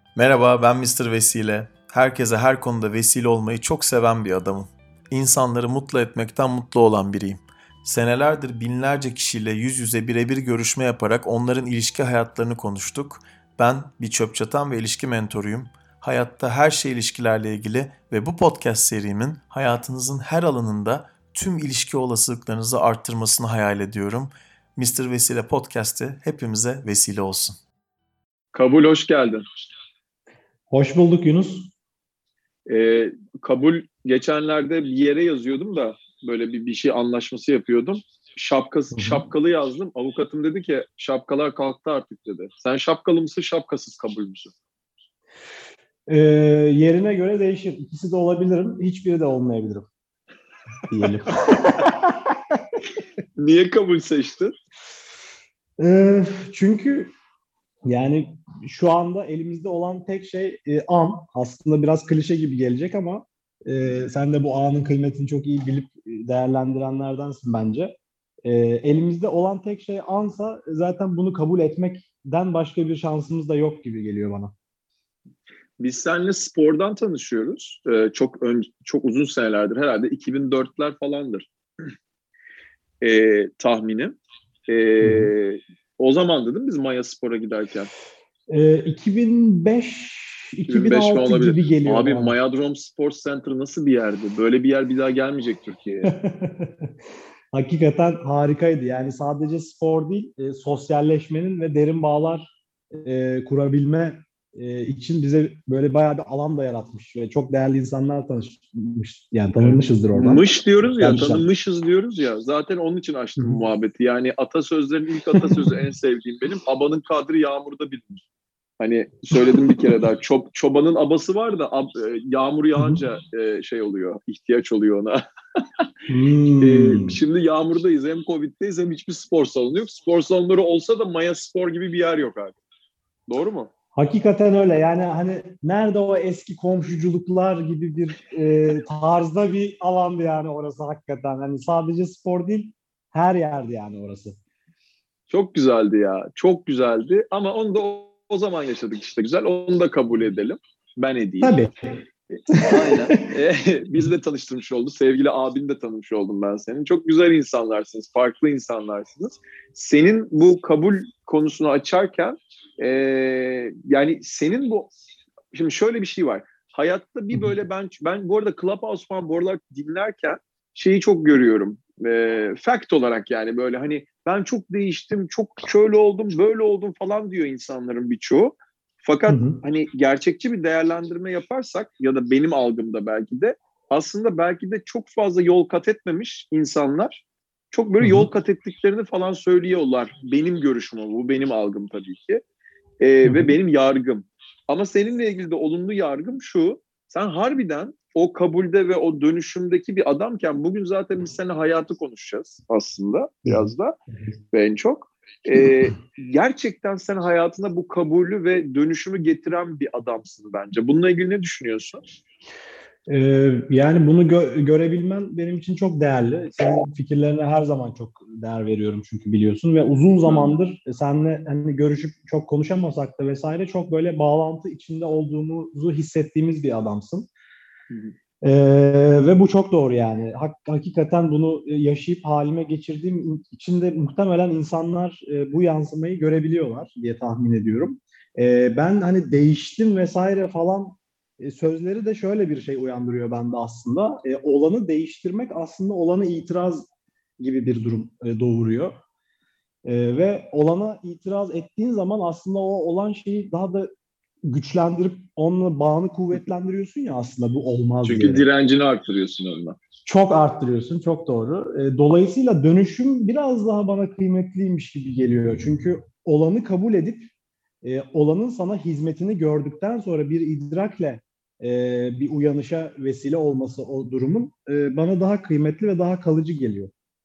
Merhaba, ben Mr. Vesile. Herkese her konuda vesile olmayı çok seven bir adamım. İnsanları mutlu etmekten mutlu olan biriyim. Senelerdir binlerce kişiyle yüz yüze birebir görüşme yaparak onların ilişki hayatlarını konuştuk. Ben bir çöp çatan ve ilişki mentoruyum. Hayatta her şey ilişkilerle ilgili ve bu podcast serimin hayatınızın her alanında tüm ilişki olasılıklarınızı arttırmasını hayal ediyorum. Mr. Vesile Podcast'ı hepimize vesile olsun. Kabul, hoş geldin. Hoş bulduk Yunus. Kabul, geçenlerde bir yere yazıyordum da böyle bir şey anlaşması yapıyordum. Şapkalı yazdım. Avukatım dedi ki şapkalar kalktı artık dedi. Sen şapkalı mısın, şapkasız kabul müsün? Yerine göre değişir. İkisi de olabilirim. Hiçbiri de olmayabilirim. Diyelim. Niye kabul seçtin? Çünkü yani şu anda elimizde olan tek şey an. Aslında biraz klişe gibi gelecek ama sen de bu anın kıymetini çok iyi bilip değerlendirenlerdensin bence. Elimizde olan tek şey ansa zaten bunu kabul etmekten başka bir şansımız da yok gibi geliyor bana. Biz seninle spordan tanışıyoruz. Çok uzun senelerdir, herhalde 2004'ler falandır tahminim. O zamandı değil mi biz Maya Spor'a giderken? 2005-2006 gibi geliyor Abi bana. Mayadrom Sports Center nasıl bir yerdi? Böyle bir yer bir daha gelmeyecek Türkiye'ye. Hakikaten harikaydı. Yani sadece spor değil, sosyalleşmenin ve derin bağlar kurabilme için bize böyle bayağı bir alan da yaratmış ve çok değerli insanlar tanınmışızdır oradan. Mış diyoruz ya, Gerçekten. tanınmışız diyoruz ya. Zaten onun için açtım muhabbeti. Yani atasözlerin ilk atasözü en sevdiğim benim. Abanın kadri yağmurda bilinir. Hani söyledim bir kere daha. Çobanın abası var da yağmur yağınca şey oluyor, ihtiyaç oluyor ona. Şimdi yağmurdayız, hem Covid'deyiz hem hiçbir spor salonu yok. Spor salonları olsa da Maya Spor gibi bir yer yok abi. Doğru mu? Hakikaten öyle. Yani hani nerede o eski komşuculuklar gibi bir tarzda bir alandı yani orası hakikaten. Hani sadece spor değil, her yerdi yani orası. Çok güzeldi ya. Çok güzeldi. Ama onu da o zaman yaşadık işte güzel. Onu da kabul edelim. Ben edeyim. Tabii. Aynen. Biz de tanıştırmış olduk. Sevgili abin de tanımış oldum ben senin. Çok güzel insanlarsınız. Farklı insanlarsınız. Senin bu kabul konusunu açarken yani senin bu... Şimdi şöyle bir şey var. Hayatta bir böyle ben bu arada Clubhouse falan bu aralar dinlerken şeyi çok görüyorum. Fact olarak yani böyle hani ben çok değiştim, çok şöyle oldum, böyle oldum falan diyor insanların birçoğu. Fakat hani gerçekçi bir değerlendirme yaparsak ya da benim algımda belki de aslında belki de çok fazla yol kat etmemiş insanlar çok böyle yol kat ettiklerini falan söylüyorlar. Benim görüşüm bu, benim algım tabii ki. Ve benim yargım. Ama seninle ilgili de olumlu yargım şu: sen harbiden o kabulde ve o dönüşümdeki bir adamken bugün zaten biz seninle hayatı konuşacağız aslında biraz da ve en çok. Gerçekten sen hayatına bu kabulü ve dönüşümü getiren bir adamsın bence. Bununla ilgili ne düşünüyorsun? Yani bunu görebilmen benim için çok değerli. Senin fikirlerine her zaman çok değer veriyorum çünkü biliyorsun ve uzun zamandır seninle hani görüşüp çok konuşamasak da vesaire çok böyle bağlantı içinde olduğumuzu hissettiğimiz bir adamsın. Ve bu çok doğru yani. Hakikaten bunu yaşayıp halime geçirdiğim için de muhtemelen insanlar bu yansımayı görebiliyorlar diye tahmin ediyorum. Ben hani değiştim vesaire falan sözleri de şöyle bir şey uyandırıyor bende aslında. Olanı değiştirmek aslında olana itiraz gibi bir durum doğuruyor. Ve olana itiraz ettiğin zaman aslında o olan şeyi daha da güçlendirip onunla bağını kuvvetlendiriyorsun ya aslında bu olmaz Çünkü diyerek. direncini arttırıyorsun onunla. Çok arttırıyorsun, çok doğru. Dolayısıyla dönüşüm biraz daha bana kıymetliymiş gibi geliyor. Çünkü olanı kabul edip olanın sana hizmetini gördükten sonra bir idrakle bir uyanışa vesile olması o durumun bana daha kıymetli ve daha kalıcı geliyor.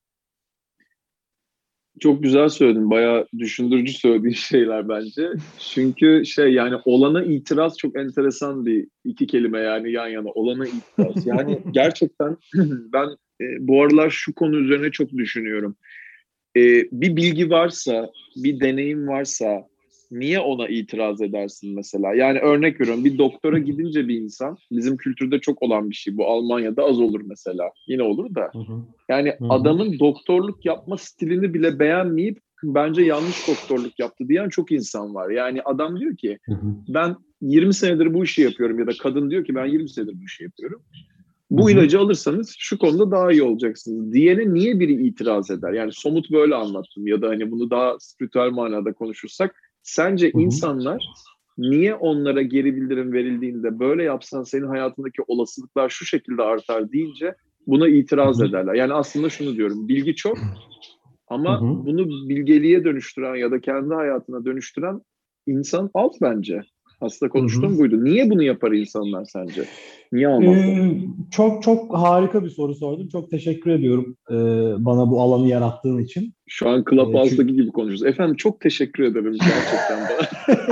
Çok güzel söyledin. Bayağı düşündürücü söylediğin şeyler bence. Çünkü yani olana itiraz çok enteresan bir iki kelime yani yan yana. Olana itiraz. Yani gerçekten ben bu aralar şu konu üzerine çok düşünüyorum. Bir bilgi varsa, bir deneyim varsa niye ona itiraz edersin mesela? Yani örnek veriyorum, bir doktora gidince bir insan, bizim kültürde çok olan bir şey bu, Almanya'da az olur mesela, yine olur da. Hı hı. Yani Hı hı. adamın doktorluk yapma stilini bile beğenmeyip bence yanlış doktorluk yaptı diyen çok insan var. Yani adam diyor ki Hı hı. ben 20 senedir bu işi yapıyorum, ya da kadın diyor ki ben 20 senedir bu işi yapıyorum. Hı Bu hı. ilacı alırsanız şu konuda daha iyi olacaksınız diyene niye biri itiraz eder? Yani somut böyle anlattım, ya da hani bunu daha spiritüel manada konuşursak, sence Hı hı. insanlar niye onlara geri bildirim verildiğinde böyle yapsan senin hayatındaki olasılıklar şu şekilde artar deyince buna itiraz ederler? Yani aslında şunu diyorum, bilgi çok Hı ama hı. bunu bilgeliğe dönüştüren ya da kendi hayatına dönüştüren insan az bence. Aslında Hı hı. konuştuğum buydu. Niye bunu yapar insanlar sence? Niye almazlar? Çok çok harika bir soru sordun. Çok teşekkür ediyorum bana bu alanı yarattığın için. Şu an Çünkü Clubhouse'daki gibi konuşuyoruz. Efendim çok teşekkür ederim gerçekten bana.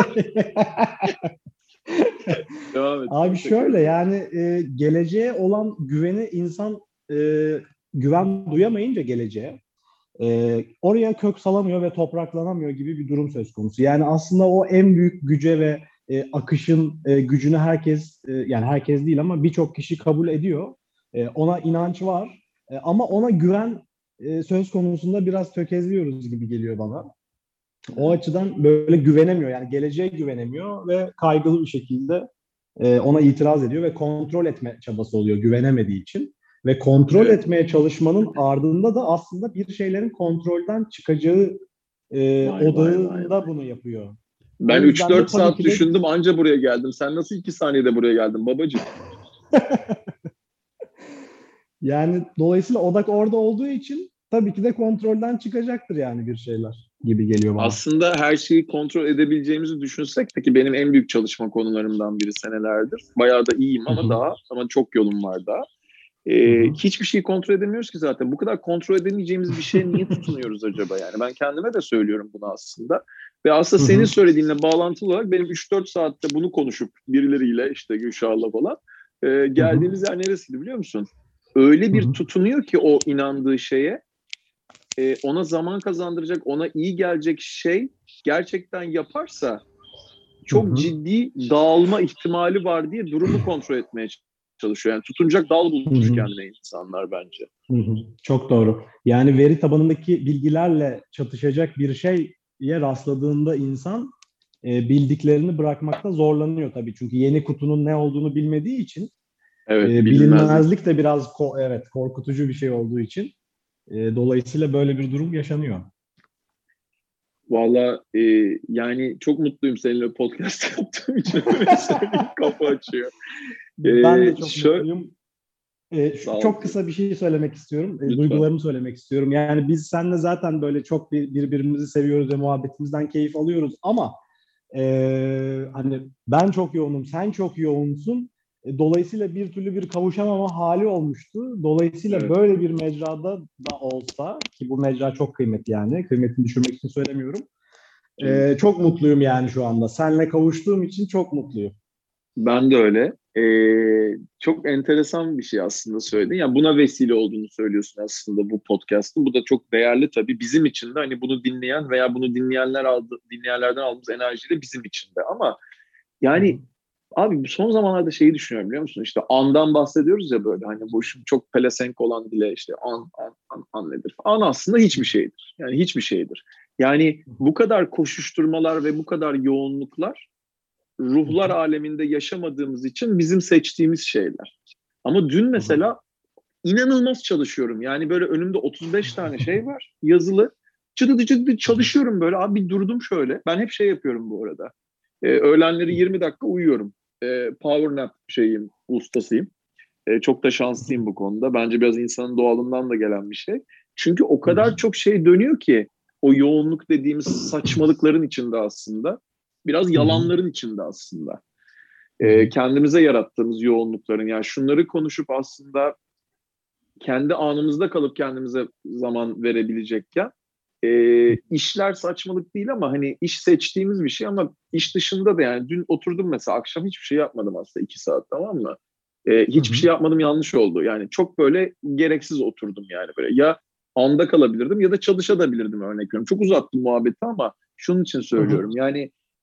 Devam et. Abi Teşekkür şöyle ederim. yani geleceğe olan güveni insan güven duyamayınca geleceğe oraya kök salamıyor ve topraklanamıyor gibi bir durum söz konusu. Yani aslında o en büyük güce ve akışın gücünü herkes yani herkes değil ama birçok kişi kabul ediyor. Ona inanç var. Ama ona güven söz konusunda biraz tökezliyoruz gibi geliyor bana. O açıdan böyle güvenemiyor, yani geleceğe güvenemiyor ve kaygılı bir şekilde ona itiraz ediyor ve kontrol etme çabası oluyor güvenemediği için. Ve kontrol Evet. etmeye çalışmanın ardında da aslında bir şeylerin kontrolden çıkacağı Vay vay vay odağında vay. bunu yapıyor. O Ben yüzden de 3-4 tabii saat ki de düşündüm, anca buraya geldim. Sen nasıl 2 saniyede buraya geldin babacığım? yani dolayısıyla odak orada olduğu için tabii ki de kontrolden çıkacaktır yani bir şeyler gibi geliyor bana. Aslında her şeyi kontrol edebileceğimizi düşünsek, peki benim en büyük çalışma konularımdan biri senelerdir. Bayağı da iyiyim Hı hı, ama çok yolum var daha. hı hı, Hiçbir şeyi kontrol edemiyoruz ki zaten. Bu kadar kontrol edemeyeceğimiz bir şeye niye tutunuyoruz acaba yani? Ben kendime de söylüyorum bunu aslında. Ve aslında hı senin hı, söylediğinle bağlantılı olarak benim 3-4 saatte bunu konuşup birileriyle, işte Gülşah'la falan, hı hı, geldiğimiz yer neresiydi biliyor musun? Öyle hı bir hı, tutunuyor ki o inandığı şeye, ona zaman kazandıracak, ona iyi gelecek şey gerçekten yaparsa hı çok hı. ciddi dağılma ihtimali var diye durumu kontrol etmeye çalışıyor. Yani tutunacak dal Hı bulmuş hı. kendine insanlar bence. Hı hı, çok doğru. Yani veri tabanındaki bilgilerle çatışacak bir şeye rastladığında insan bildiklerini bırakmakta zorlanıyor tabii. Çünkü yeni kutunun ne olduğunu bilmediği için Evet, bilinmezlik. bilinmezlik de biraz evet korkutucu bir şey olduğu için dolayısıyla böyle bir durum yaşanıyor. Valla yani çok mutluyum seninle podcast yaptığım için, öyle söyleyeyim, kafa açıyor. Ben de çok Şöyle, mutluyum. sağ ol Çok canım. kısa bir şey söylemek istiyorum. Lütfen. Duygularımı söylemek istiyorum. Yani biz seninle zaten böyle çok birbirimizi seviyoruz ve muhabbetimizden keyif alıyoruz ama hani ben çok yoğunum, sen çok yoğunsun. Dolayısıyla bir türlü bir kavuşamama hali olmuştu. Dolayısıyla Evet. böyle bir mecrada da olsa, ki bu mecra çok kıymetli yani, kıymetini düşürmek için söylemiyorum. Canım. Çok mutluyum yani şu anda. Seninle kavuştuğum için çok mutluyum. Ben de öyle. Çok enteresan bir şey aslında söyledin. Yani buna vesile olduğunu söylüyorsun aslında bu podcast'ın. Bu da çok değerli tabii bizim için de, hani bunu dinleyen veya bunu dinleyenlerden aldığımız enerji de bizim için de. Ama Hı hı. yani abi son zamanlarda şeyi düşünüyorum biliyor musun? İşte andan bahsediyoruz ya, böyle hani bu şimdi çok pelesenk olan dile, işte an nedir? An aslında hiçbir şeydir. Yani hiçbir şeydir. Yani bu kadar koşuşturmalar ve bu kadar yoğunluklar ruhlar aleminde yaşamadığımız için bizim seçtiğimiz şeyler. Ama dün Hı hı. mesela inanılmaz çalışıyorum. Yani böyle önümde 35 tane şey var yazılı. Çıdıdı çıdıdı çalışıyorum böyle. Abi bir durdum şöyle. Ben hep şey yapıyorum bu arada. Öğlenleri 20 dakika uyuyorum. Power nap ustasıyım. Çok da şanslıyım bu konuda. Bence biraz insanın doğalından da gelen bir şey. Çünkü o Hı hı. kadar çok şey dönüyor ki o yoğunluk dediğimiz saçmalıkların içinde aslında. Biraz Hı hı. yalanların içinde aslında. Hı hı. Kendimize yarattığımız yoğunlukların, yani şunları konuşup aslında kendi anımızda kalıp kendimize zaman verebilecekken, işler saçmalık değil ama hani iş seçtiğimiz bir şey, ama iş dışında da, yani dün oturdum mesela, akşam hiçbir şey yapmadım aslında 2 saat, tamam mı? Hı Hiçbir hı. şey yapmadım, yanlış oldu. Yani çok böyle gereksiz oturdum yani, böyle ya anda kalabilirdim ya da çalışabilirdim, örnek veriyorum. Çok uzattım muhabbeti ama şunun için Hı hı. söylüyorum. Yani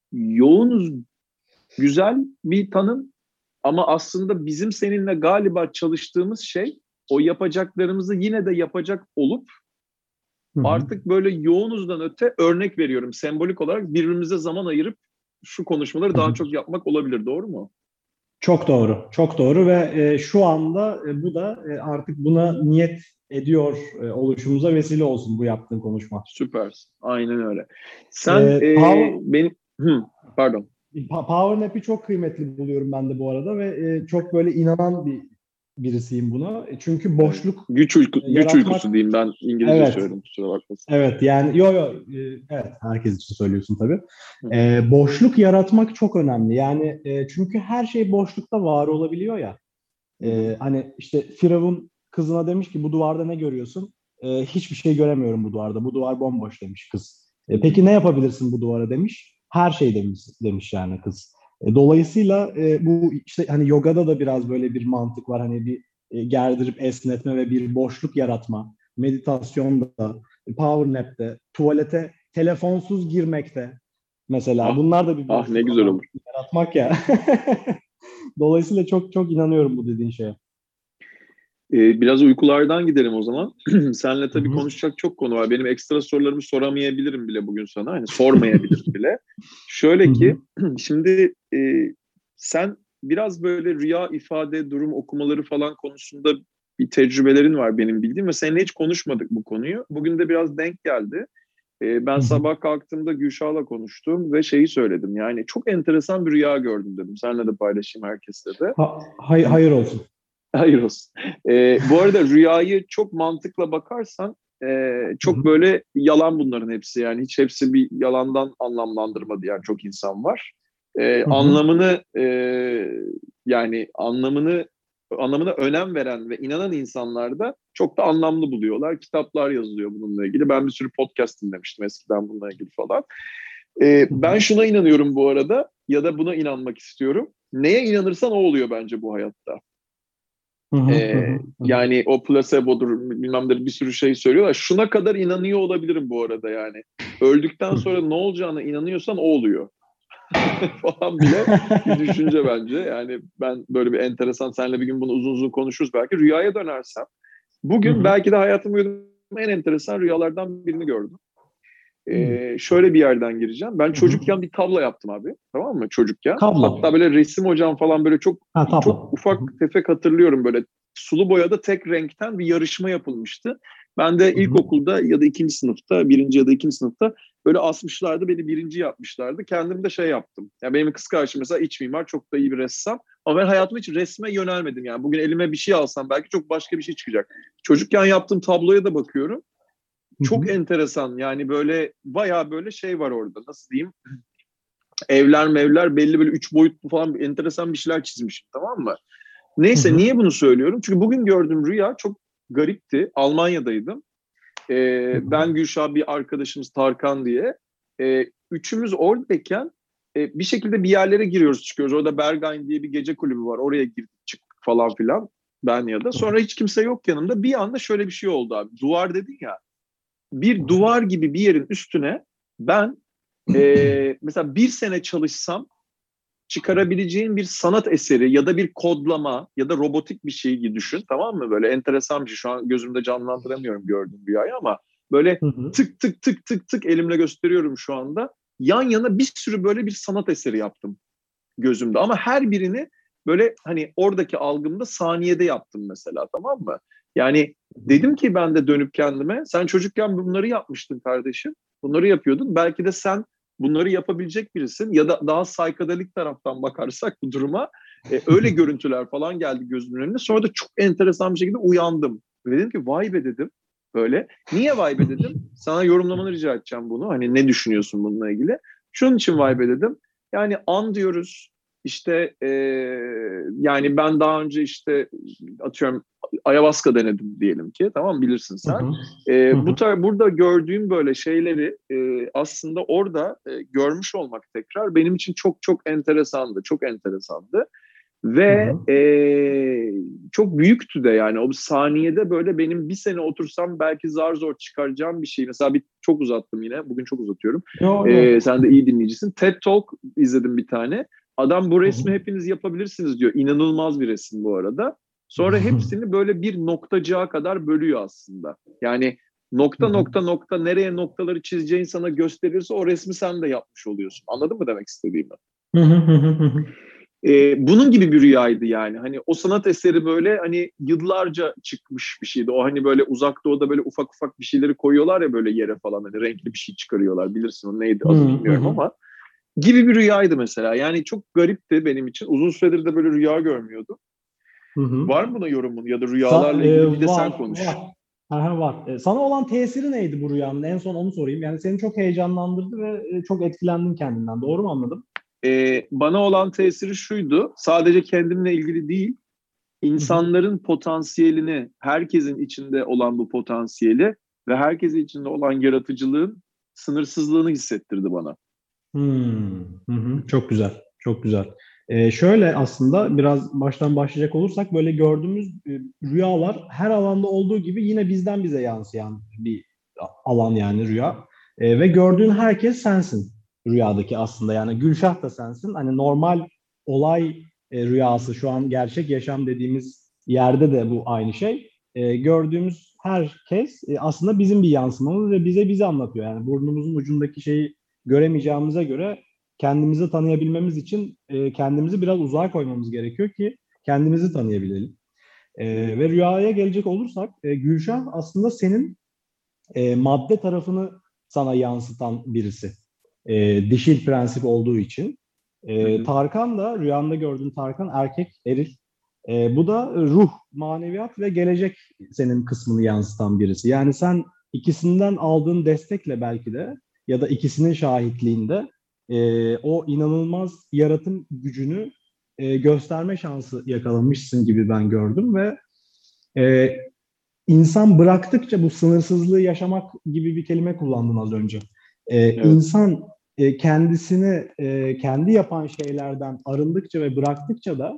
yoğunuz güzel bir tanım ama aslında bizim seninle galiba çalıştığımız şey o yapacaklarımızı yine de yapacak olup artık böyle yoğunuzdan öte örnek veriyorum. Sembolik olarak birbirimize zaman ayırıp şu konuşmaları daha çok yapmak olabilir. Doğru mu? Çok doğru, çok doğru ve şu anda bu da artık buna niyet ediyor oluşumuza vesile olsun bu yaptığın konuşma. Süpersin. Aynen öyle. Sen benim... pardon. Power Nap'i çok kıymetli buluyorum ben de bu arada ve çok böyle inanan birisiyim buna. Çünkü boşluk güç uykusu diyeyim, ben İngilizce söyledim, kusura bakmasın. Evet yani evet, herkes için söylüyorsun tabii. Boşluk yaratmak çok önemli. Yani çünkü her şey boşlukta var olabiliyor ya. Hani işte Firavun kızına demiş ki bu duvarda ne görüyorsun? Hiçbir şey göremiyorum bu duvarda. Bu duvar bomboş demiş kız. Peki ne yapabilirsin bu duvara demiş. Her şey demiş yani kız. Dolayısıyla bu işte hani yogada da biraz böyle bir mantık var. Hani bir gerdirip esnetme ve bir boşluk yaratma. Meditasyonda, power nap'te, tuvalete telefonsuz girmekte mesela. Bunlar da bir boşluk ne güzel olur. Yaratmak ya. Dolayısıyla çok çok inanıyorum bu dediğin şeye. Biraz uykulardan gidelim o zaman. Seninle tabii konuşacak çok konu var. Benim ekstra sorularımı soramayabilirim bile bugün sana. Hani sormayabilirim bile. Şöyle ki şimdi sen biraz böyle rüya ifade, durum okumaları falan konusunda bir tecrübelerin var benim bildiğim ve seninle hiç konuşmadık bu konuyu. Bugün de biraz denk geldi. Ben sabah kalktığımda Gülşah'la konuştum ve şeyi söyledim. Yani çok enteresan bir rüya gördüm dedim. Seninle de paylaşayım, herkesle de. Hayır olsun. Hayır olsun. Bu arada rüyayı çok mantıkla bakarsan çok böyle yalan bunların hepsi. Yani hiç hepsi bir yalandan anlamlandırma diyen çok insan var. Anlamını yani anlamına önem veren ve inanan insanlar da çok da anlamlı buluyorlar. Kitaplar yazılıyor bununla ilgili. Ben bir sürü podcast dinlemiştim eskiden bununla ilgili falan. Ben şuna inanıyorum bu arada, ya da buna inanmak istiyorum. Neye inanırsan o oluyor bence bu hayatta. Yani o placebo'dur bilmem de bir sürü şey söylüyorlar. Şuna kadar inanıyor olabilirim bu arada yani. Öldükten sonra ne olacağına inanıyorsan o oluyor. falan bile bir düşünce bence. Yani ben böyle bir enteresan, seninle bir gün bunu uzun uzun konuşuruz belki. Rüyaya dönersem bugün belki de hayatımda gördüğüm en enteresan rüyalardan birini gördüm. Şöyle bir yerden gireceğim. Ben çocukken bir tablo yaptım abi. Tamam mı? Çocukken. Tablo. Hatta böyle resim hocam falan böyle çok ufak tefek hatırlıyorum böyle. Sulu boyada tek renkten bir yarışma yapılmıştı. Ben de ilkokulda ya da ikinci sınıfta, birinci ya da ikinci sınıfta böyle asmışlardı, beni birinci yapmışlardı. Kendim de şey yaptım. Yani benim kız kardeşim mesela iç mimar, çok da iyi bir ressam. Ama ben hayatımda hiç resme yönelmedim yani. Bugün elime bir şey alsam belki çok başka bir şey çıkacak. Çocukken yaptığım tabloya da bakıyorum. Çok enteresan yani, böyle bayağı böyle şey var orada, nasıl diyeyim, evler mevler belli, böyle 3 boyutlu falan enteresan bir şeyler çizmişim, tamam mı? Neyse, niye bunu söylüyorum? Çünkü bugün gördüğüm rüya çok garipti. Almanya'daydım. Ben, Gülşah, bir arkadaşımız Tarkan diye. Üçümüz oradayken bir şekilde bir yerlere giriyoruz çıkıyoruz. Orada Berghain diye bir gece kulübü var. Oraya girdik çıktık falan filan. Ben ya da. Sonra hiç kimse yok yanımda. Bir anda şöyle bir şey oldu abi. Duvar dedin ya. Bir duvar gibi bir yerin üstüne ben mesela bir sene çalışsam çıkarabileceğin bir sanat eseri ya da bir kodlama ya da robotik bir şeyi düşün, tamam mı? Böyle enteresan bir şey, şu an gözümde canlandıramıyorum gördüğüm rüyayı ama böyle tık tık tık tık tık elimle gösteriyorum şu anda. Yan yana bir sürü böyle bir sanat eseri yaptım gözümde ama her birini böyle hani oradaki algımda saniyede yaptım mesela, tamam mı? Yani dedim ki ben de dönüp kendime, sen çocukken bunları yapmıştın kardeşim, bunları yapıyordun, belki de sen bunları yapabilecek birisin ya da daha saykadelik taraftan bakarsak bu duruma öyle görüntüler falan geldi gözümün önüne. Sonra da çok enteresan bir şekilde uyandım. Ve dedim ki vay be dedim. Böyle. Niye vay be dedim? Sana yorumlamanı rica edeceğim bunu. Hani ne düşünüyorsun bununla ilgili? Şunun için vay be dedim. Yani an diyoruz işte yani ben daha önce işte atıyorum ayahuasca denedim diyelim ki, tamam, bilirsin sen. Burada gördüğüm böyle şeyleri aslında orada görmüş olmak tekrar benim için çok çok enteresandı. Çok enteresandı. Ve hı. çok büyüktü de, yani o saniyede böyle benim bir sene otursam belki zar zor çıkaracağım bir şey. Mesela çok uzattım yine. Bugün çok uzatıyorum. Yo, yo. Sen de iyi dinleyicisin. TED Talk izledim bir tane. Adam bu Hı resmi hı. hepiniz yapabilirsiniz diyor. İnanılmaz bir resim bu arada. Sonra hepsini böyle bir noktacığa kadar bölüyor aslında. Yani Hı nokta hı. nokta nokta nereye noktaları çizeceğini sana gösterirse o resmi sen de yapmış oluyorsun. Anladın mı demek istediğimi? Hı hı, hı hı, hı. Bunun gibi bir rüyaydı yani. Hani o sanat eseri böyle hani yıllarca çıkmış bir şeydi. O hani böyle Uzak Doğu'da böyle ufak ufak bir şeyleri koyuyorlar ya böyle yere falan. Hani renkli bir şey çıkarıyorlar. Bilirsin o neydi Hı adı hı, bilmiyorum hı. ama. Gibi bir rüyaydı mesela. Yani çok garipti benim için. Uzun süredir de böyle rüya görmüyordum. Hı hı. Var mı buna yorumun ya da rüyalarla ilgili bir de sen Var, konuş. var. Aha, var. Sana olan tesiri neydi bu rüyanın? En son onu sorayım. Yani seni çok heyecanlandırdı ve çok etkilendin kendinden. Doğru mu anladım? Bana olan tesiri şuydu. Sadece kendimle ilgili değil, Hı hı. insanların potansiyelini, herkesin içinde olan bu potansiyeli ve herkesin içinde olan yaratıcılığın sınırsızlığını hissettirdi bana. Hmm, hı hı. Çok güzel, çok güzel. Şöyle aslında biraz baştan başlayacak olursak böyle gördüğümüz rüyalar her alanda olduğu gibi yine bizden bize yansıyan bir alan yani rüya. Ve gördüğün herkes sensin rüyadaki aslında yani Gülşah da sensin. Hani normal olay rüyası şu an gerçek yaşam dediğimiz yerde de bu aynı şey. Gördüğümüz herkes aslında bizim bir yansımamız ve bize anlatıyor. Yani burnumuzun ucundaki şeyi göremeyeceğimize göre kendimizi tanıyabilmemiz için kendimizi biraz uzağa koymamız gerekiyor ki kendimizi tanıyabilelim. Ve rüyaya gelecek olursak Gülşah aslında senin madde tarafını sana yansıtan birisi. Dişil prensip olduğu için. Hı hı. Tarkan da rüyanda gördüğün Tarkan erkek, eril. Bu da ruh, maneviyat ve gelecek senin kısmını yansıtan birisi. Yani sen ikisinden aldığın destekle belki de ya da ikisinin şahitliğinde o inanılmaz yaratım gücünü gösterme şansı yakalamışsın gibi ben gördüm ve e, insan bıraktıkça bu sınırsızlığı yaşamak gibi bir kelime kullandın az önce. Evet. İnsan kendisini kendi yapan şeylerden arındıkça ve bıraktıkça da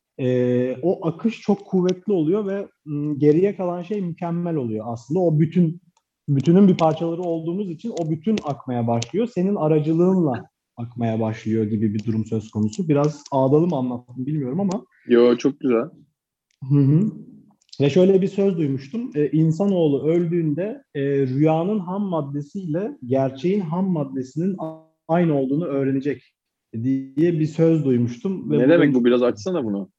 o akış çok kuvvetli oluyor ve geriye kalan şey mükemmel oluyor aslında. O bütünün bir parçaları olduğumuz için o bütün akmaya başlıyor. Senin aracılığınla akmaya başlıyor gibi bir durum söz konusu. Biraz ağdalı mı anlattım bilmiyorum ama. Yo, çok güzel. Hı hı. Ve şöyle bir söz duymuştum. İnsanoğlu öldüğünde rüyanın ham maddesiyle gerçeğin ham maddesinin aynı olduğunu öğrenecek diye bir söz duymuştum ve Ne bu demek beni bu? çok Biraz etkilemişti. açsana bunu.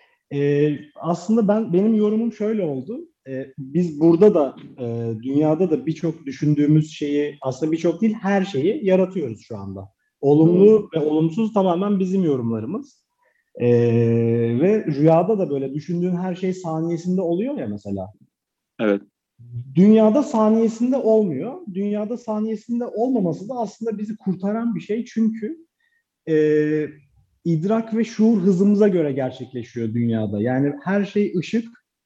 Aslında benim yorumum şöyle oldu. Biz burada da dünyada da birçok düşündüğümüz şeyi aslında birçok değil her şeyi yaratıyoruz şu anda. Doğru. Olumlu ve olumsuz tamamen bizim yorumlarımız. Ve rüyada da böyle düşündüğün her şey saniyesinde oluyor ya mesela. Evet. Dünyada saniyesinde olmuyor. Dünyada saniyesinde olmaması da aslında bizi kurtaran bir şey. Çünkü e, idrak ve şuur hızımıza göre gerçekleşiyor dünyada. Yani her şey ışık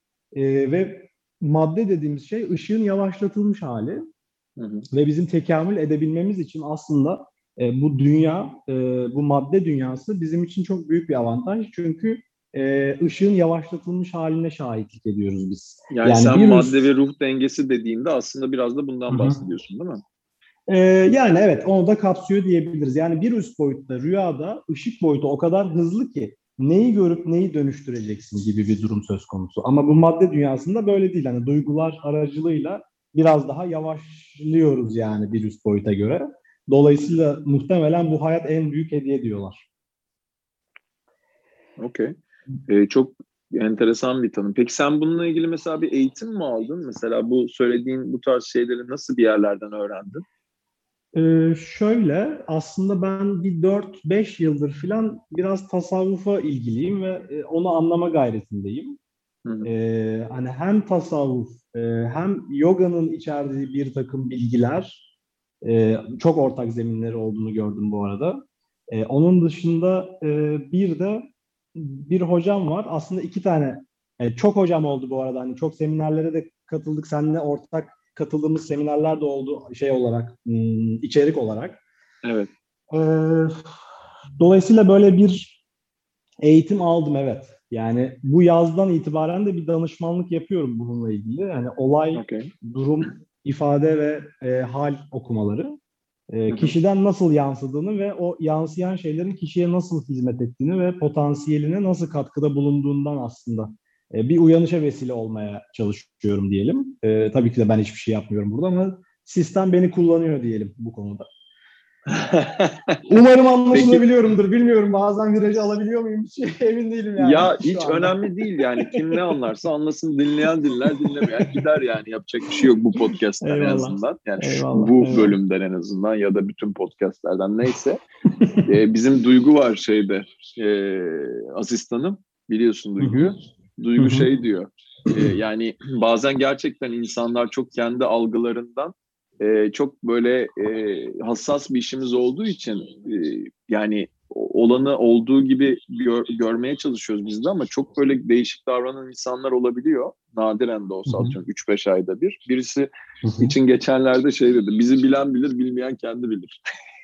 ve madde dediğimiz şey ışığın yavaşlatılmış hali. Hı hı. Ve bizim tekamül edebilmemiz için aslında bu dünya, bu madde dünyası bizim için çok büyük bir avantaj. Çünkü ışığın yavaşlatılmış haline şahitlik ediyoruz biz. Yani Yani sen virüs. madde ve ruh dengesi dediğinde aslında biraz da Hı bundan hı. bahsediyorsun değil mi? Yani evet onu da kapsıyor diyebiliriz. Yani bir üst boyutta rüyada ışık boyutu o kadar hızlı ki neyi görüp neyi dönüştüreceksin gibi bir durum söz konusu. Ama bu madde dünyasında böyle değil. Hani duygular aracılığıyla biraz daha yavaşlıyoruz yani bir üst boyuta göre. Dolayısıyla muhtemelen bu hayat en büyük hediye diyorlar. Okey. Çok enteresan bir tanım. Peki sen bununla ilgili mesela bir eğitim mi aldın? Mesela bu söylediğin bu tarz şeyleri nasıl bir yerlerden öğrendin? Şöyle aslında ben bir 4-5 yıldır falan biraz tasavvufa ilgiliyim ve onu anlama gayretindeyim. Hı hı. Hani hem tasavvuf hem yoganın içerdiği bir takım bilgiler çok ortak zeminleri olduğunu gördüm bu arada. Onun dışında bir de bir hocam var. Aslında iki tane çok hocam oldu bu arada. Hani çok seminerlere de katıldık. Seninle ortak katıldığımız seminerler de oldu şey olarak, içerik olarak. Evet. Ee, Dolayısıyla böyle bir Eğitim aldım, evet. Yani bu yazdan itibaren de bir danışmanlık yapıyorum bununla ilgili. Yani olay, Okay. durum, ifade ve hal okumaları. Hı hı. Kişiden nasıl yansıdığını ve o yansıyan şeylerin kişiye nasıl hizmet ettiğini ve potansiyeline nasıl katkıda bulunduğundan aslında bir uyanışa vesile olmaya çalışıyorum diyelim. Tabii ki de ben hiçbir şey yapmıyorum burada ama sistem beni kullanıyor diyelim bu konuda. Umarım Peki, anlaşılabiliyorumdur. Bilmiyorum, bazen virajı alabiliyor muyum hiç emin değilim yani ya şu hiç anda. önemli değil yani, kim ne anlarsa anlasın, dinleyen dinler, dinlemeyen gider yani, yapacak bir şey yok bu podcast'ten en Eyvallah. azından, yani Eyvallah. bu Eyvallah. bölümden en azından, ya da bütün podcast'lerden neyse. Bizim Duygu var şeyde, asistanım, biliyorsun Hı hı. Duygu'yu. Hı Duygu hı. şey diyor, yani bazen gerçekten insanlar çok kendi algılarından, çok böyle hassas bir işimiz olduğu için, yani olanı olduğu gibi görmeye çalışıyoruz biz de, ama çok böyle değişik davranan insanlar olabiliyor. Nadiren de Hı olsa, hı. atıyorum 3-5 ayda bir. Birisi Hı hı. için geçenlerde şey dedi, bizi bilen bilir, bilmeyen kendi bilir.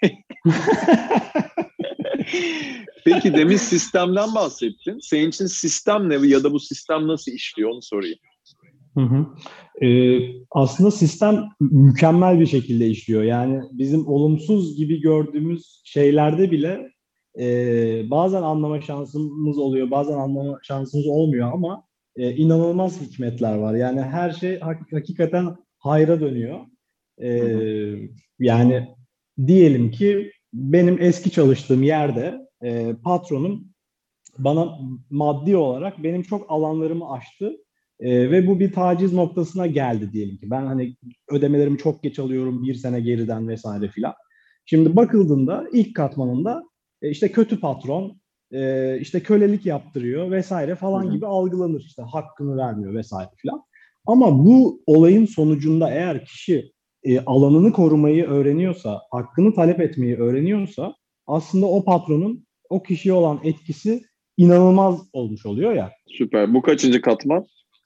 Peki, demin sistemden bahsettin. Senin için sistem ne, ya da bu sistem nasıl işliyor, onu sorayım. Hı hı. Aslında sistem mükemmel bir şekilde işliyor. Yani bizim olumsuz gibi gördüğümüz şeylerde bile bazen anlama şansımız oluyor, bazen anlama şansımız olmuyor ama inanılmaz hikmetler var. Yani her şey hakikaten hayra dönüyor. Hı hı. Yani diyelim ki benim eski çalıştığım yerde patronum bana maddi olarak benim çok alanlarımı aştı. Ve bu bir taciz noktasına geldi diyelim ki. Ben hani ödemelerimi çok geç alıyorum, bir sene geriden vesaire filan. Şimdi bakıldığında ilk katmanında işte kötü patron, işte kölelik yaptırıyor vesaire Hı falan hı. gibi algılanır. İşte hakkını vermiyor vesaire filan. Ama bu olayın sonucunda eğer kişi alanını korumayı öğreniyorsa, hakkını talep etmeyi öğreniyorsa aslında o patronun o kişiye olan etkisi inanılmaz olmuş oluyor ya. Süper. Bu kaçıncı katman?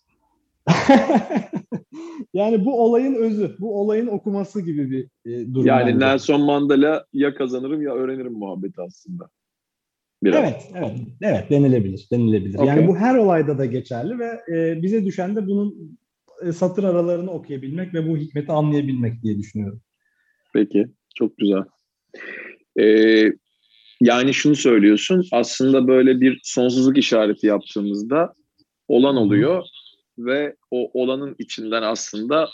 Yani bu olayın özü, bu olayın okuması gibi bir durum Yani bence. Nelson Mandela ya kazanırım ya öğrenirim muhabbeti aslında. Biraz. Evet, evet, evet denilebilir, denilebilir. Yani Okey. bu her olayda da geçerli ve bize düşen de bunun satır aralarını okuyabilmek ve bu hikmeti anlayabilmek diye düşünüyorum. Peki. Çok güzel. Ee, Yani şunu söylüyorsun. Aslında böyle bir sonsuzluk işareti yaptığımızda olan Hı hı. oluyor ve o olanın içinden aslında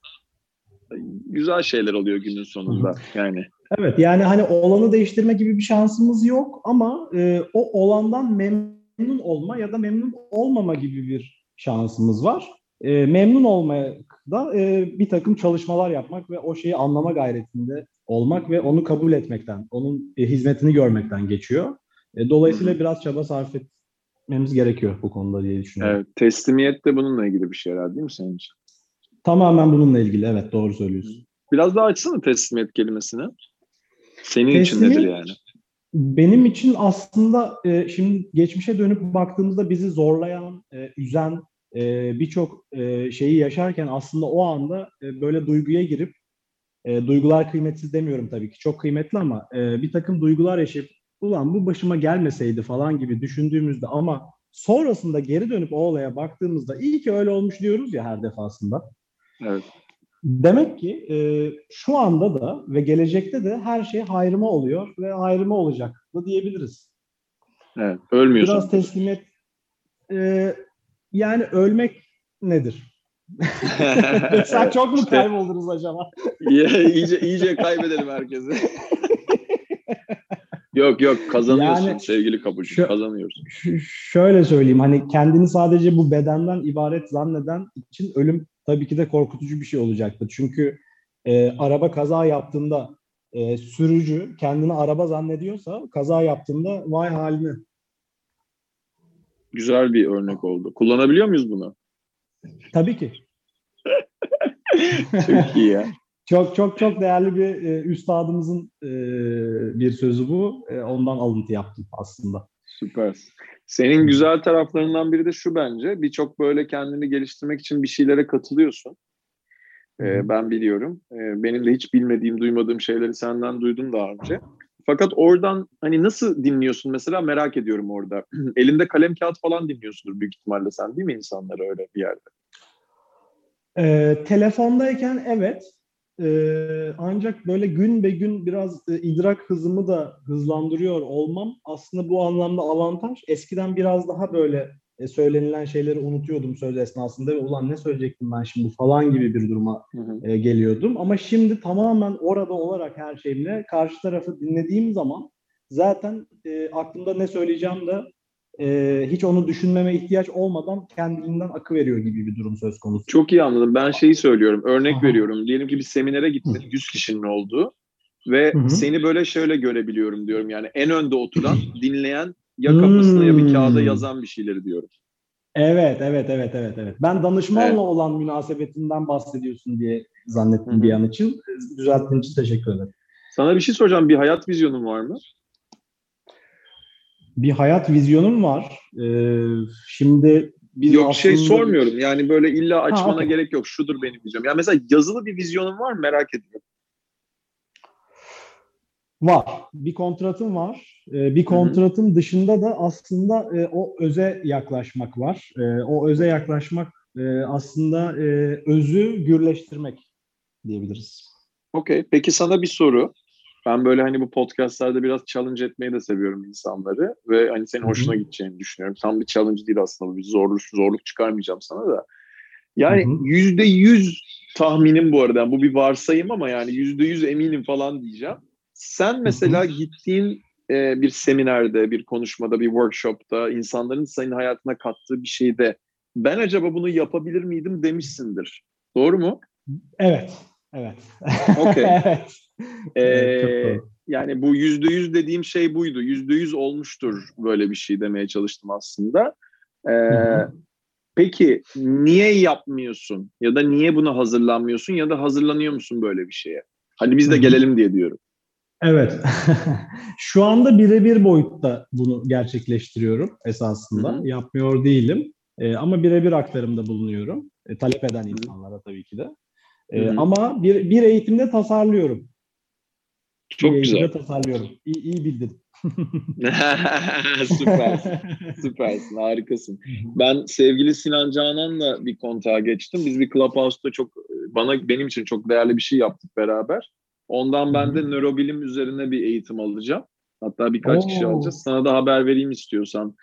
güzel şeyler oluyor günün Hı hı. sonunda. Yani. Evet, yani hani olanı değiştirme gibi bir şansımız yok ama o olandan memnun olma ya da memnun olmama gibi bir şansımız var. Memnun olmaya da bir takım çalışmalar yapmak ve o şeyi anlama gayretinde olmak ve onu kabul etmekten, onun hizmetini görmekten geçiyor. Hı hı. Dolayısıyla biraz çaba sarf etmemiz gerekiyor bu konuda diye düşünüyorum. Evet, teslimiyet de bununla ilgili bir şey herhalde, değil mi senin için? Tamamen bununla ilgili, evet doğru söylüyorsun. Biraz daha açsana teslimiyet kelimesini. Senin için nedir Teslimiyet yani? benim için aslında şimdi geçmişe dönüp baktığımızda bizi zorlayan, üzen birçok şeyi yaşarken aslında o anda böyle duyguya girip, duygular kıymetsiz demiyorum tabii ki çok kıymetli ama bir takım duygular yaşayıp ulan bu başıma gelmeseydi falan gibi düşündüğümüzde ama sonrasında geri dönüp o olaya baktığımızda iyi ki öyle olmuş diyoruz ya her defasında. Evet, Demek ki şu anda da ve gelecekte de her şey hayrıma oluyor ve hayrıma olacak da diyebiliriz. evet. Ölmüyorsun Biraz tabii. teslimiyet, e, yani ölmek nedir? Mesela Evet, çok mu işte kayboldunuz acaba? iyice kaybedelim herkesi. Yok yok, kazanıyorsun Yani sevgili Kapucu, şu, kazanıyorsun. şöyle söyleyeyim, hani kendini sadece bu bedenden ibaret zanneden için ölüm tabii ki de korkutucu bir şey olacaktır. Çünkü araba kaza yaptığında sürücü kendini araba zannediyorsa kaza yaptığında vay haline. Güzel bir örnek oldu. Kullanabiliyor muyuz bunu? Tabii ki. Çok iyi ya. Çok çok çok değerli bir üstadımızın bir sözü bu. Ondan alıntı yaptım aslında. Süper. Senin güzel taraflarından biri de şu bence. Birçok böyle kendini geliştirmek için bir şeylere katılıyorsun. Hı hı. Ben biliyorum. Benim de hiç bilmediğim, duymadığım şeyleri senden duydum daha önce. Fakat oradan hani nasıl dinliyorsun mesela, merak ediyorum orada. Elinde kalem kağıt falan dinliyorsundur büyük ihtimalle sen, değil mi, insanları öyle bir yerde? Telefondayken evet. Ancak böyle gün be gün biraz idrak hızımı da hızlandırıyor olmam aslında bu anlamda avantaj. Eskiden biraz daha böyle söylenilen şeyleri unutuyordum söz esnasında ve ulan ne söyleyecektim ben şimdi falan gibi bir duruma Hı hı. geliyordum. Ama şimdi tamamen orada olarak her şeyimle karşı tarafı dinlediğim zaman zaten aklımda ne söyleyeceğim de hiç onu düşünmeme ihtiyaç olmadan kendiliğinden akıveriyor gibi bir durum söz konusu. Çok iyi anladım. Ben şeyi söylüyorum. Örnek Aha. veriyorum. Diyelim ki bir seminere Hı. gittin. 100 kişinin olduğu. Ve Hı hı. seni böyle şöyle görebiliyorum diyorum. Yani en önde oturan, dinleyen, ya kafasına ya bir kağıda Hmm. yazan bir şeyleri diyorum. Evet, evet, evet, evet, evet. Ben danışmanla Evet. olan münasebetinden bahsediyorsun diye Hı zannettim bir hı. an için. Düzelttiğin için teşekkür ederim. Sana bir şey soracağım. Bir hayat vizyonun var mı? Bir hayat vizyonum var. Şimdi biz Yok, şey aslında... sormuyorum. Yani böyle illa Ha, açmana okey. gerek yok. Şudur benim vizyonum. Yani mesela yazılı bir vizyonun var mı? Merak ediyorum. Var. Bir kontratım var. Bir Hı hı. kontratın dışında da aslında o öze yaklaşmak var. O öze yaklaşmak aslında özü gürleştirmek diyebiliriz. Okey. Peki sana bir soru. Ben böyle hani bu podcastlarda biraz challenge etmeyi de seviyorum insanları ve hani senin Hı hı. hoşuna gideceğini düşünüyorum. Tam bir challenge değil aslında, bir zorluk çıkarmayacağım sana da. Hı Yani hı. %100 tahminim bu arada. Yani bu bir varsayım ama yani %100 eminim falan diyeceğim. Sen Hı hı. mesela gittiğin bir seminerde, bir konuşmada, bir workshopta, insanların senin hayatına kattığı bir şeyde ben acaba bunu yapabilir miydim demişsindir. Doğru mu? Evet. Evet. Okey. Evet. Evet, çok doğru. Yani bu %100 dediğim şey buydu. %100 olmuştur böyle bir şey demeye çalıştım aslında. Hı hı. Ee, peki niye yapmıyorsun? Ya da niye buna hazırlanmıyorsun? Ya da hazırlanıyor musun böyle bir şeye? Hadi biz Hı de hı. gelelim diye diyorum. Evet. Şu anda birebir boyutta bunu gerçekleştiriyorum Hı esasında. hı, Yapmıyor değilim. Ama birebir aktarımda bulunuyorum. Talep eden hı hı, insanlara tabii ki de. hı hı. Ama bir eğitimde tasarlıyorum. Bir Çok güzel. eğitimde tasarlıyorum. İyi bildin. Süpersin. Süpersin, harikasın. Ben sevgili Sinan Canan'la bir kontağa geçtim. Biz bir Clubhouse'da çok benim için çok değerli bir şey yaptık beraber. Ondan Hı ben hı. de nörobilim üzerine bir eğitim alacağım. Hatta birkaç kişi Oo. alacağız. Sana da haber vereyim istiyorsan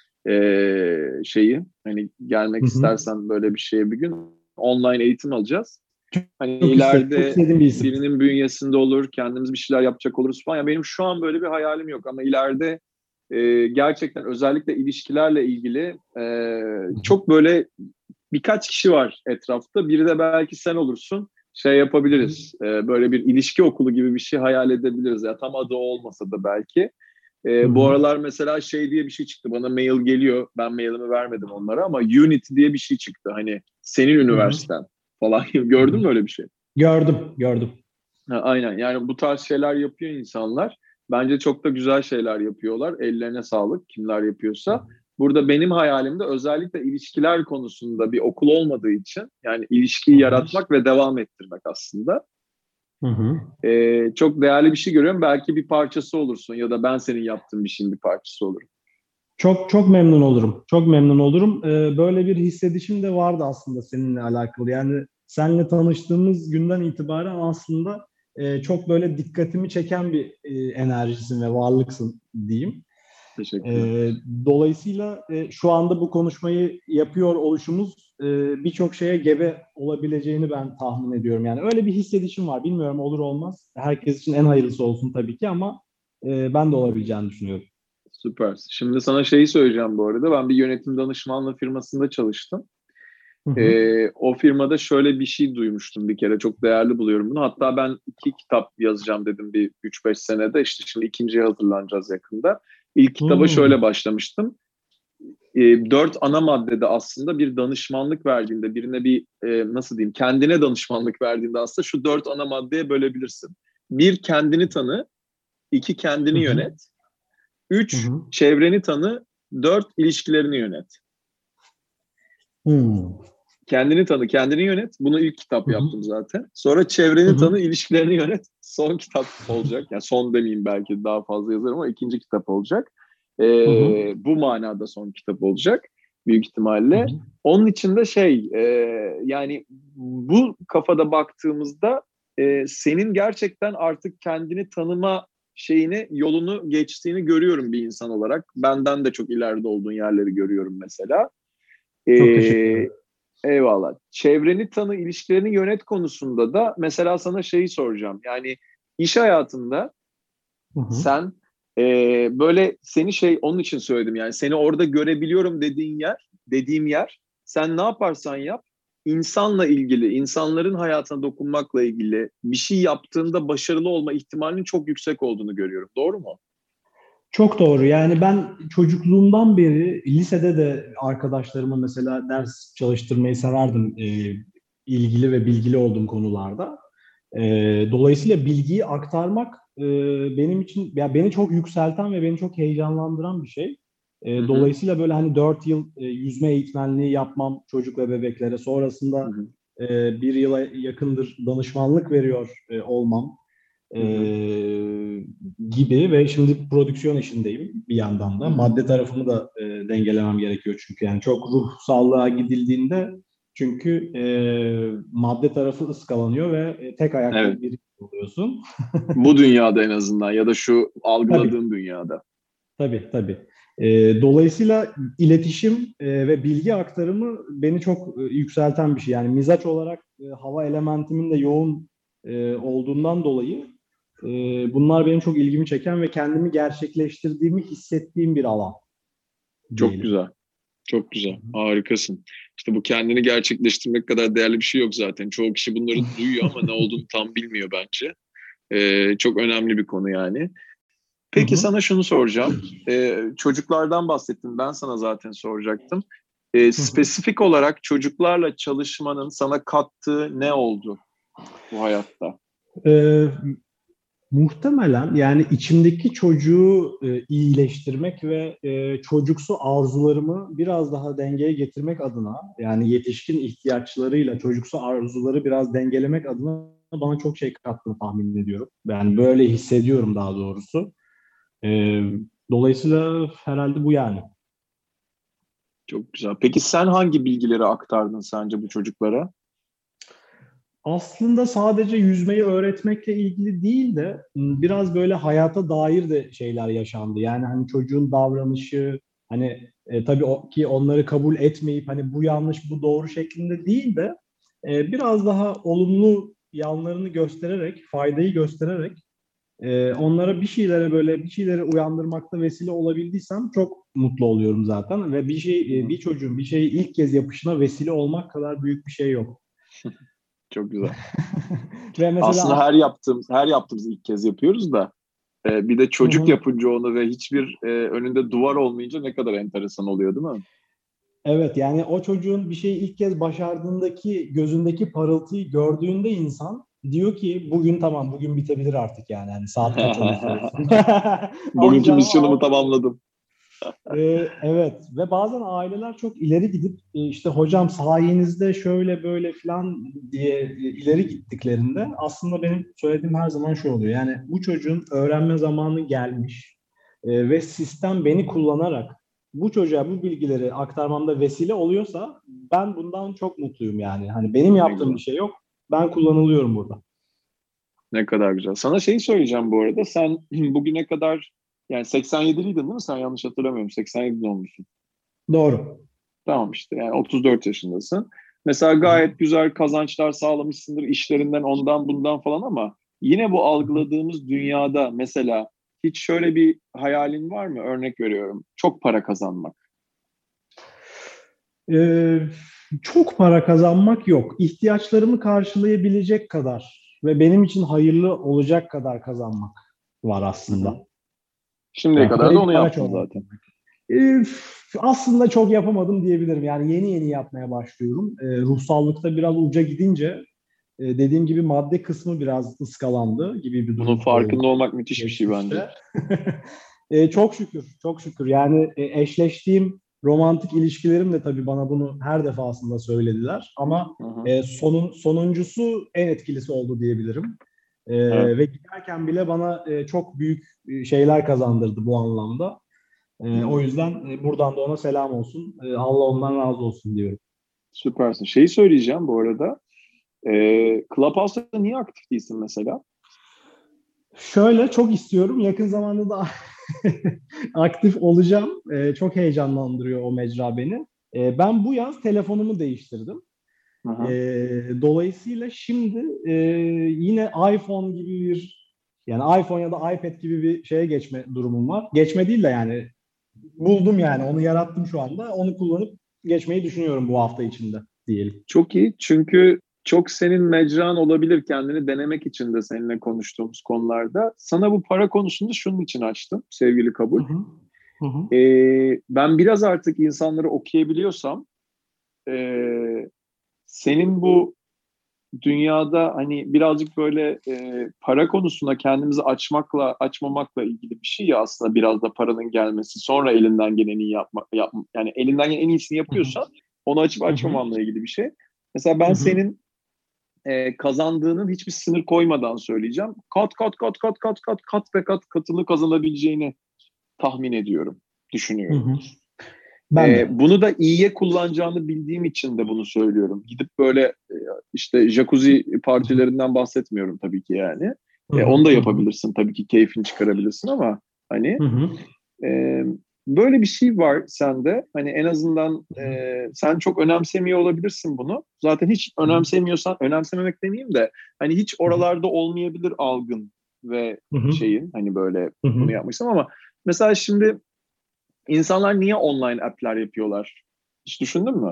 şeyi. Hani Hı gelmek hı. istersen böyle bir şeye bir gün online eğitim alacağız. Hani Çok isterim. Çok ileride sevdiğim bir isim. birinin bünyesinde olur, kendimiz bir şeyler yapacak oluruz falan. Ya benim şu an böyle bir hayalim yok ama ileride gerçekten özellikle ilişkilerle ilgili çok böyle birkaç kişi var etrafta. Biri de belki sen olursun. Şey yapabiliriz. Böyle bir ilişki okulu gibi bir şey hayal edebiliriz. Ya tam adı olmasa da belki. Hı Bu hı. aralar mesela şey diye bir şey çıktı. Bana mail geliyor. Ben mailimi vermedim onlara ama Unity diye bir şey çıktı. Hani senin Hı hı. üniversiten falan. Hı Gördün hı. mü öyle bir şey? Gördüm, gördüm. Ha, aynen. Yani bu tarz şeyler yapıyor insanlar. Bence çok da güzel şeyler yapıyorlar. Ellerine sağlık kimler yapıyorsa. Burada benim hayalimde özellikle ilişkiler konusunda bir okul olmadığı için, yani Hı ilişkiyi hı. yaratmak ve devam ettirmek aslında. Hı hı. Çok değerli bir şey görüyorum. Belki bir parçası olursun ya da ben senin yaptığın bir şeyin bir parçası olurum. Çok çok memnun olurum. Çok memnun olurum. Böyle bir hissedişim de vardı aslında seninle alakalı. Yani seninle tanıştığımız günden itibaren aslında çok böyle dikkatimi çeken bir enerjisin ve varlıksın diyeyim. Teşekkürler. E, Dolayısıyla şu anda bu konuşmayı yapıyor oluşumuz birçok şeye gebe olabileceğini ben tahmin ediyorum. Yani öyle bir hissedişim var. Bilmiyorum olur olmaz. Herkes için en hayırlısı olsun tabii ki ama ben de olabileceğini düşünüyorum. Süper. Şimdi sana şeyi söyleyeceğim bu arada. Ben bir yönetim danışmanlığı firmasında çalıştım. Hı hı. O firmada şöyle bir şey duymuştum bir kere. Çok değerli buluyorum bunu. Hatta ben 2 kitap yazacağım dedim bir 3-5 senede. İşte şimdi ikinciye hazırlanacağız yakında. İlk kitaba Hmm. şöyle başlamıştım. 4 ana maddede aslında bir danışmanlık verdiğinde, birine bir nasıl diyeyim, kendine danışmanlık verdiğinde aslında şu 4 ana maddeye bölebilirsin. Bir, kendini tanı. İki, Hı kendini hı. yönet. Hı Üç, hı. çevreni tanı. Dört, ilişkilerini yönet. Hmm. Kendini tanı, kendini yönet. Bunu ilk kitap Hı hı. yaptım zaten. Sonra çevreni Hı hı. tanı, ilişkilerini yönet. Son kitap olacak. Yani son demeyeyim, belki daha fazla yazarım ama ikinci kitap olacak. Hı hı. Bu manada son kitap olacak büyük Hı ihtimalle. hı. Onun için de yani bu kafada baktığımızda senin gerçekten artık kendini tanıma yolunu geçtiğini görüyorum bir insan olarak. Benden de çok ileride olduğun yerleri görüyorum mesela. Çok teşekkür ederim. Ee, Eyvallah. Çevreni tanı, ilişkilerini yönet konusunda da mesela sana şeyi soracağım. Yani iş hayatında Hı hı. sen böyle seni onun için söyledim, yani seni orada görebiliyorum dediğim yer, sen ne yaparsan yap, insanla ilgili, insanların hayatına dokunmakla ilgili bir şey yaptığında başarılı olma ihtimalinin çok yüksek olduğunu görüyorum. Doğru mu? Çok doğru. Yani ben çocukluğumdan beri lisede de arkadaşlarıma mesela ders çalıştırmayı severdim. İlgili ve bilgili olduğum konularda. Dolayısıyla bilgiyi aktarmak benim için, ya beni çok yükselten ve beni çok heyecanlandıran bir şey. Hı hı, Dolayısıyla böyle hani 4 yıl yüzme eğitmenliği yapmam çocuk ve bebeklere, hı sonrasında hı, bir yıla yakındır danışmanlık veriyor olmam hı hı, gibi ve şimdi prodüksiyon işindeyim bir yandan hı da. hı. Madde tarafımı da dengelemem gerekiyor çünkü yani çok ruhsallığa gidildiğinde çünkü madde tarafı ıskalanıyor ve tek Evet. ayaklı biri oluyorsun. Bu dünyada en azından, ya da şu Tabii, algıladığın dünyada. tabii. Dolayısıyla iletişim ve bilgi aktarımı beni çok yükselten bir şey. Yani mizaç olarak hava elementimin de yoğun olduğundan dolayı e, bunlar benim çok ilgimi çeken ve kendimi gerçekleştirdiğimi hissettiğim bir alan Çok diyelim. güzel. Çok güzel. Harikasın. İşte bu kendini gerçekleştirmek kadar değerli bir şey yok zaten. Çoğu kişi bunları duyuyor ama ne olduğunu tam bilmiyor bence. Çok önemli bir konu yani. Hı Peki hı. sana şunu soracağım. Çocuklardan bahsettin. Ben sana zaten soracaktım. Hı hı. Spesifik olarak çocuklarla çalışmanın sana kattığı ne oldu bu hayatta? Ee, Muhtemelen yani içimdeki çocuğu iyileştirmek ve çocuksu arzularımı biraz daha dengeye getirmek adına, yani yetişkin ihtiyaçlarıyla çocuksu arzuları biraz dengelemek adına bana çok şey kattığını tahmin ediyorum. Ben böyle hissediyorum daha doğrusu. E, Dolayısıyla herhalde bu yani. Çok güzel. Peki sen hangi bilgileri aktardın sence bu çocuklara? Aslında sadece yüzmeyi öğretmekle ilgili değil de biraz böyle hayata dair de şeyler yaşandı. Yani hani çocuğun davranışı, hani tabii ki onları kabul etmeyip hani bu yanlış bu doğru şeklinde değil de biraz daha olumlu yanlarını göstererek, faydayı göstererek onlara bir şeyleri uyandırmakta vesile olabildiysem çok mutlu oluyorum zaten ve Hı hı. bir çocuğun bir şeyi ilk kez yapışına vesile olmak kadar büyük bir şey yok. Çok güzel. Ve Aslında mesela her yaptığımız ilk kez yapıyoruz da bir de hı çocuk hı. yapınca onu ve hiçbir önünde duvar olmayınca ne kadar enteresan oluyor, değil mi? Evet, yani o çocuğun bir şeyi ilk kez başardığındaki gözündeki parıltıyı gördüğünde insan diyor ki bugün tamam, bugün bitebilir artık yani saat kaç olursa olsun Bugünkü alacağımı misyonumu aldım. tamamladım. Evet, ve bazen aileler çok ileri gidip işte hocam sayenizde şöyle böyle falan diye ileri gittiklerinde aslında benim söylediğim her zaman şu oluyor. Yani bu çocuğun öğrenme zamanı gelmiş ve sistem beni kullanarak bu çocuğa bu bilgileri aktarmamda vesile oluyorsa ben bundan çok mutluyum yani. Hani benim Ne yaptığım bir güzel. şey yok. Ben kullanılıyorum burada. Ne kadar güzel. Sana şeyi söyleyeceğim bu arada. Sen bugüne kadar, yani 87'liydin değil mi? Sen yanlış hatırlamıyorum. 87 olmuşsun. Doğru. Tamam, işte yani 34 yaşındasın. Mesela Hı hı. gayet güzel kazançlar sağlamışsındır işlerinden, ondan bundan falan, ama yine bu algıladığımız dünyada mesela hiç şöyle bir hayalin var mı? Örnek veriyorum. Çok para kazanmak. Ee, Çok para kazanmak yok. İhtiyaçlarımı karşılayabilecek kadar ve benim için hayırlı olacak kadar kazanmak var Hı hı. aslında. Şimdiye Yani kadar da parayı bir onu araç yaptın olarak. zaten. Ee, Aslında çok yapamadım diyebilirim. Yani yeni yeni yapmaya başlıyorum. Ruhsallıkta biraz uca gidince dediğim gibi madde kısmı biraz ıskalandı gibi bir Bunun durum oldu farkında olmak müthiş bir şey bence. geçmişte. Çok şükür, çok şükür. Yani eşleştiğim Romantik ilişkilerim de tabii bana bunu her defasında söylediler. Ama Hı hı. sonuncusu en etkilisi oldu diyebilirim. Evet, Ve giderken bile bana çok büyük şeyler kazandırdı bu anlamda. hı O hı. yüzden buradan da ona selam olsun. Allah ondan razı olsun diyorum. Süpersin. Şeyi söyleyeceğim bu arada. Clubhouse'da niye aktif değilsin mesela? Şöyle çok istiyorum. Yakın zamanda da aktif olacağım. Çok heyecanlandırıyor o mecra beni. Ben bu yaz telefonumu değiştirdim. Hı hı. Dolayısıyla şimdi yine iPhone gibi yani iPhone ya da iPad gibi bir şeye geçme durumum var. Geçme değil de yani buldum yani onu yarattım şu anda. Onu kullanıp geçmeyi düşünüyorum bu hafta içinde diyelim. Çok iyi. Çünkü çok senin mecran olabilir kendini denemek için de seninle konuştuğumuz konularda. Sana bu para konusunu şunun için açtım sevgili Hı Kabul. hı. Hı hı. Ben biraz artık insanları okuyabiliyorsam senin bu dünyada hani birazcık böyle para konusunda kendimizi açmamakla ilgili bir şey ya aslında biraz da paranın gelmesi sonra elinden geleni yani elinden gelen en iyisini Hı hı. yapıyorsan onu açıp Hı hı. açmamanla ilgili bir şey. Mesela ben Hı hı. senin kazandığının hiçbir sınır koymadan söyleyeceğim. Kat kat kat kat kat kat kat ve kat katını kazanabileceğini tahmin ediyorum, Hı düşünüyorum. hı. Ben de. Bunu da iyiye kullanacağını bildiğim için de bunu söylüyorum. Gidip böyle işte jacuzzi partilerinden bahsetmiyorum tabii ki yani. Hı hı. Onu da Hı hı. yapabilirsin tabii ki keyfini çıkarabilirsin ama hani Hı hı. e, böyle bir şey var sende. Hani en azından sen çok önemsemiyor olabilirsin bunu. Zaten hiç Hı hı. önemsemiyorsan, önemsememek demeyeyim de hani hiç Hı hı. oralarda olmayabilir algın ve Hı hı. şeyin hani böyle Hı bunu hı. yapmışsın ama mesela şimdi İnsanlar niye online app'ler yapıyorlar? Hiç düşündün mü?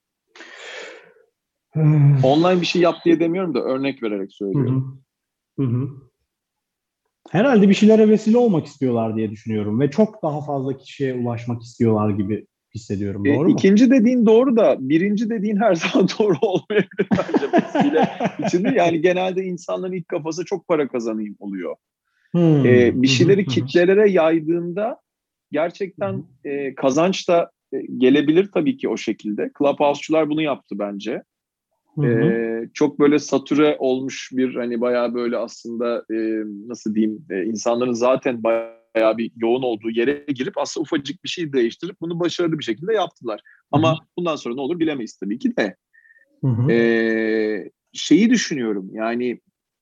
Online bir şey yap diye demiyorum da örnek vererek Hı hı. söylüyorum. Hı hı. Herhalde bir şeylere vesile olmak istiyorlar diye düşünüyorum ve çok daha fazla kişiye ulaşmak istiyorlar gibi hissediyorum. Doğru mu? İkinci dediğin doğru da birinci dediğin her zaman doğru olmayabilir bence vesile içinde. Yani genelde insanların ilk kafası çok para kazanayım oluyor. Hmm. Bir Hı hı. şeyleri Hı hı. kitlelere yaydığında Hı hı. gerçekten kazanç da gelebilir tabii ki o şekilde. Clubhouse'çular bunu yaptı bence. Hı hı. Çok böyle satüre olmuş bir hani bayağı böyle aslında nasıl diyeyim insanların zaten bayağı bir yoğun olduğu yere girip aslında ufacık bir şey değiştirip bunu başarılı bir şekilde yaptılar. Hı hı. Ama bundan sonra ne olur bilemeyiz tabii ki de. Hı hı. Şeyi düşünüyorum yani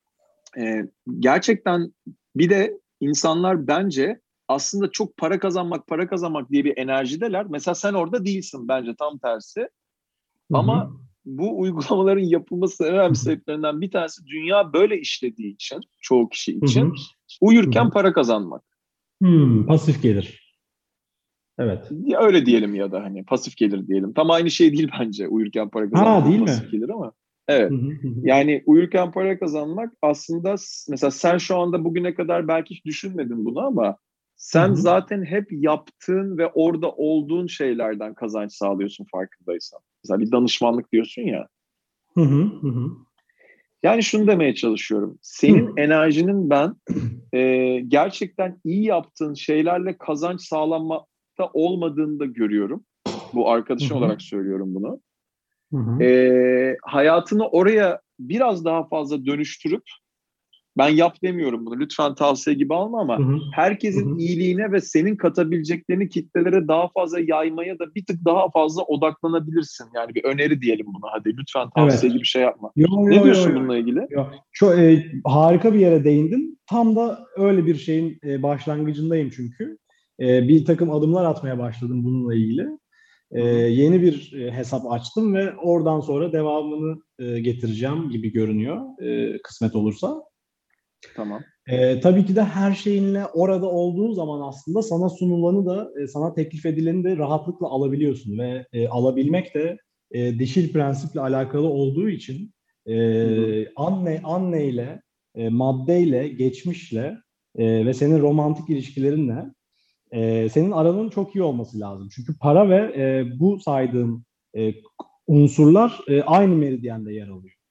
gerçekten bir de insanlar bence aslında çok para kazanmak diye bir enerjideler. Mesela sen orada değilsin bence tam tersi. Hı hı. Ama bu uygulamaların yapılması en önemli sebeplerinden bir tanesi dünya böyle işlediği için, çoğu kişi Hı hı. için Hı uyurken hı. para kazanmak. Pasif gelir. Evet. Ya öyle diyelim ya da hani pasif gelir diyelim. Tam aynı şey değil bence uyurken para Ha, kazanmakla değil pasif mi? gelir ama. Hı Evet. hı. Hı hı. Yani uyurken para kazanmak aslında mesela sen şu anda bugüne kadar belki hiç düşünmedin bunu ama Hı sen hı. zaten hep yaptığın ve orada olduğun şeylerden kazanç sağlıyorsun farkındaysan. Mesela bir danışmanlık diyorsun ya. Hı hı. Hı hı. Yani şunu demeye çalışıyorum. Hı Senin enerjinin ben gerçekten iyi yaptığın şeylerle kazanç sağlanmakta olmadığını da görüyorum. Bu hı. arkadaşın Hı olarak söylüyorum bunu. hı. Hayatını oraya biraz daha fazla dönüştürüp ben yap demiyorum bunu lütfen tavsiye gibi alma Hı ama hı. Hı herkesin hı. iyiliğine ve senin katabileceklerini kitlelere daha fazla yaymaya da bir tık daha fazla odaklanabilirsin. Yani bir öneri diyelim buna hadi lütfen tavsiye Evet. gibi şey yapma. Yo Ne yo yo diyorsun yo. bununla ilgili? Yo. Çok harika bir yere değindin. Tam da öyle bir şeyin başlangıcındayım çünkü. Bir takım adımlar atmaya başladım bununla ilgili. Hı hı, Yeni bir hesap açtım ve oradan sonra devamını getireceğim gibi görünüyor kısmet olursa. tamam. Tabii ki de her şeyinle orada olduğun zaman aslında sana sunulanı da sana teklif edileni de rahatlıkla alabiliyorsun ve alabilmek de dişil prensiple alakalı olduğu için Hı hı. anneyle, maddeyle, geçmişle ve senin romantik ilişkilerinle senin aranın çok iyi olması lazım. Çünkü para ve bu saydığım e, unsurlar aynı meridyende yer alıyor.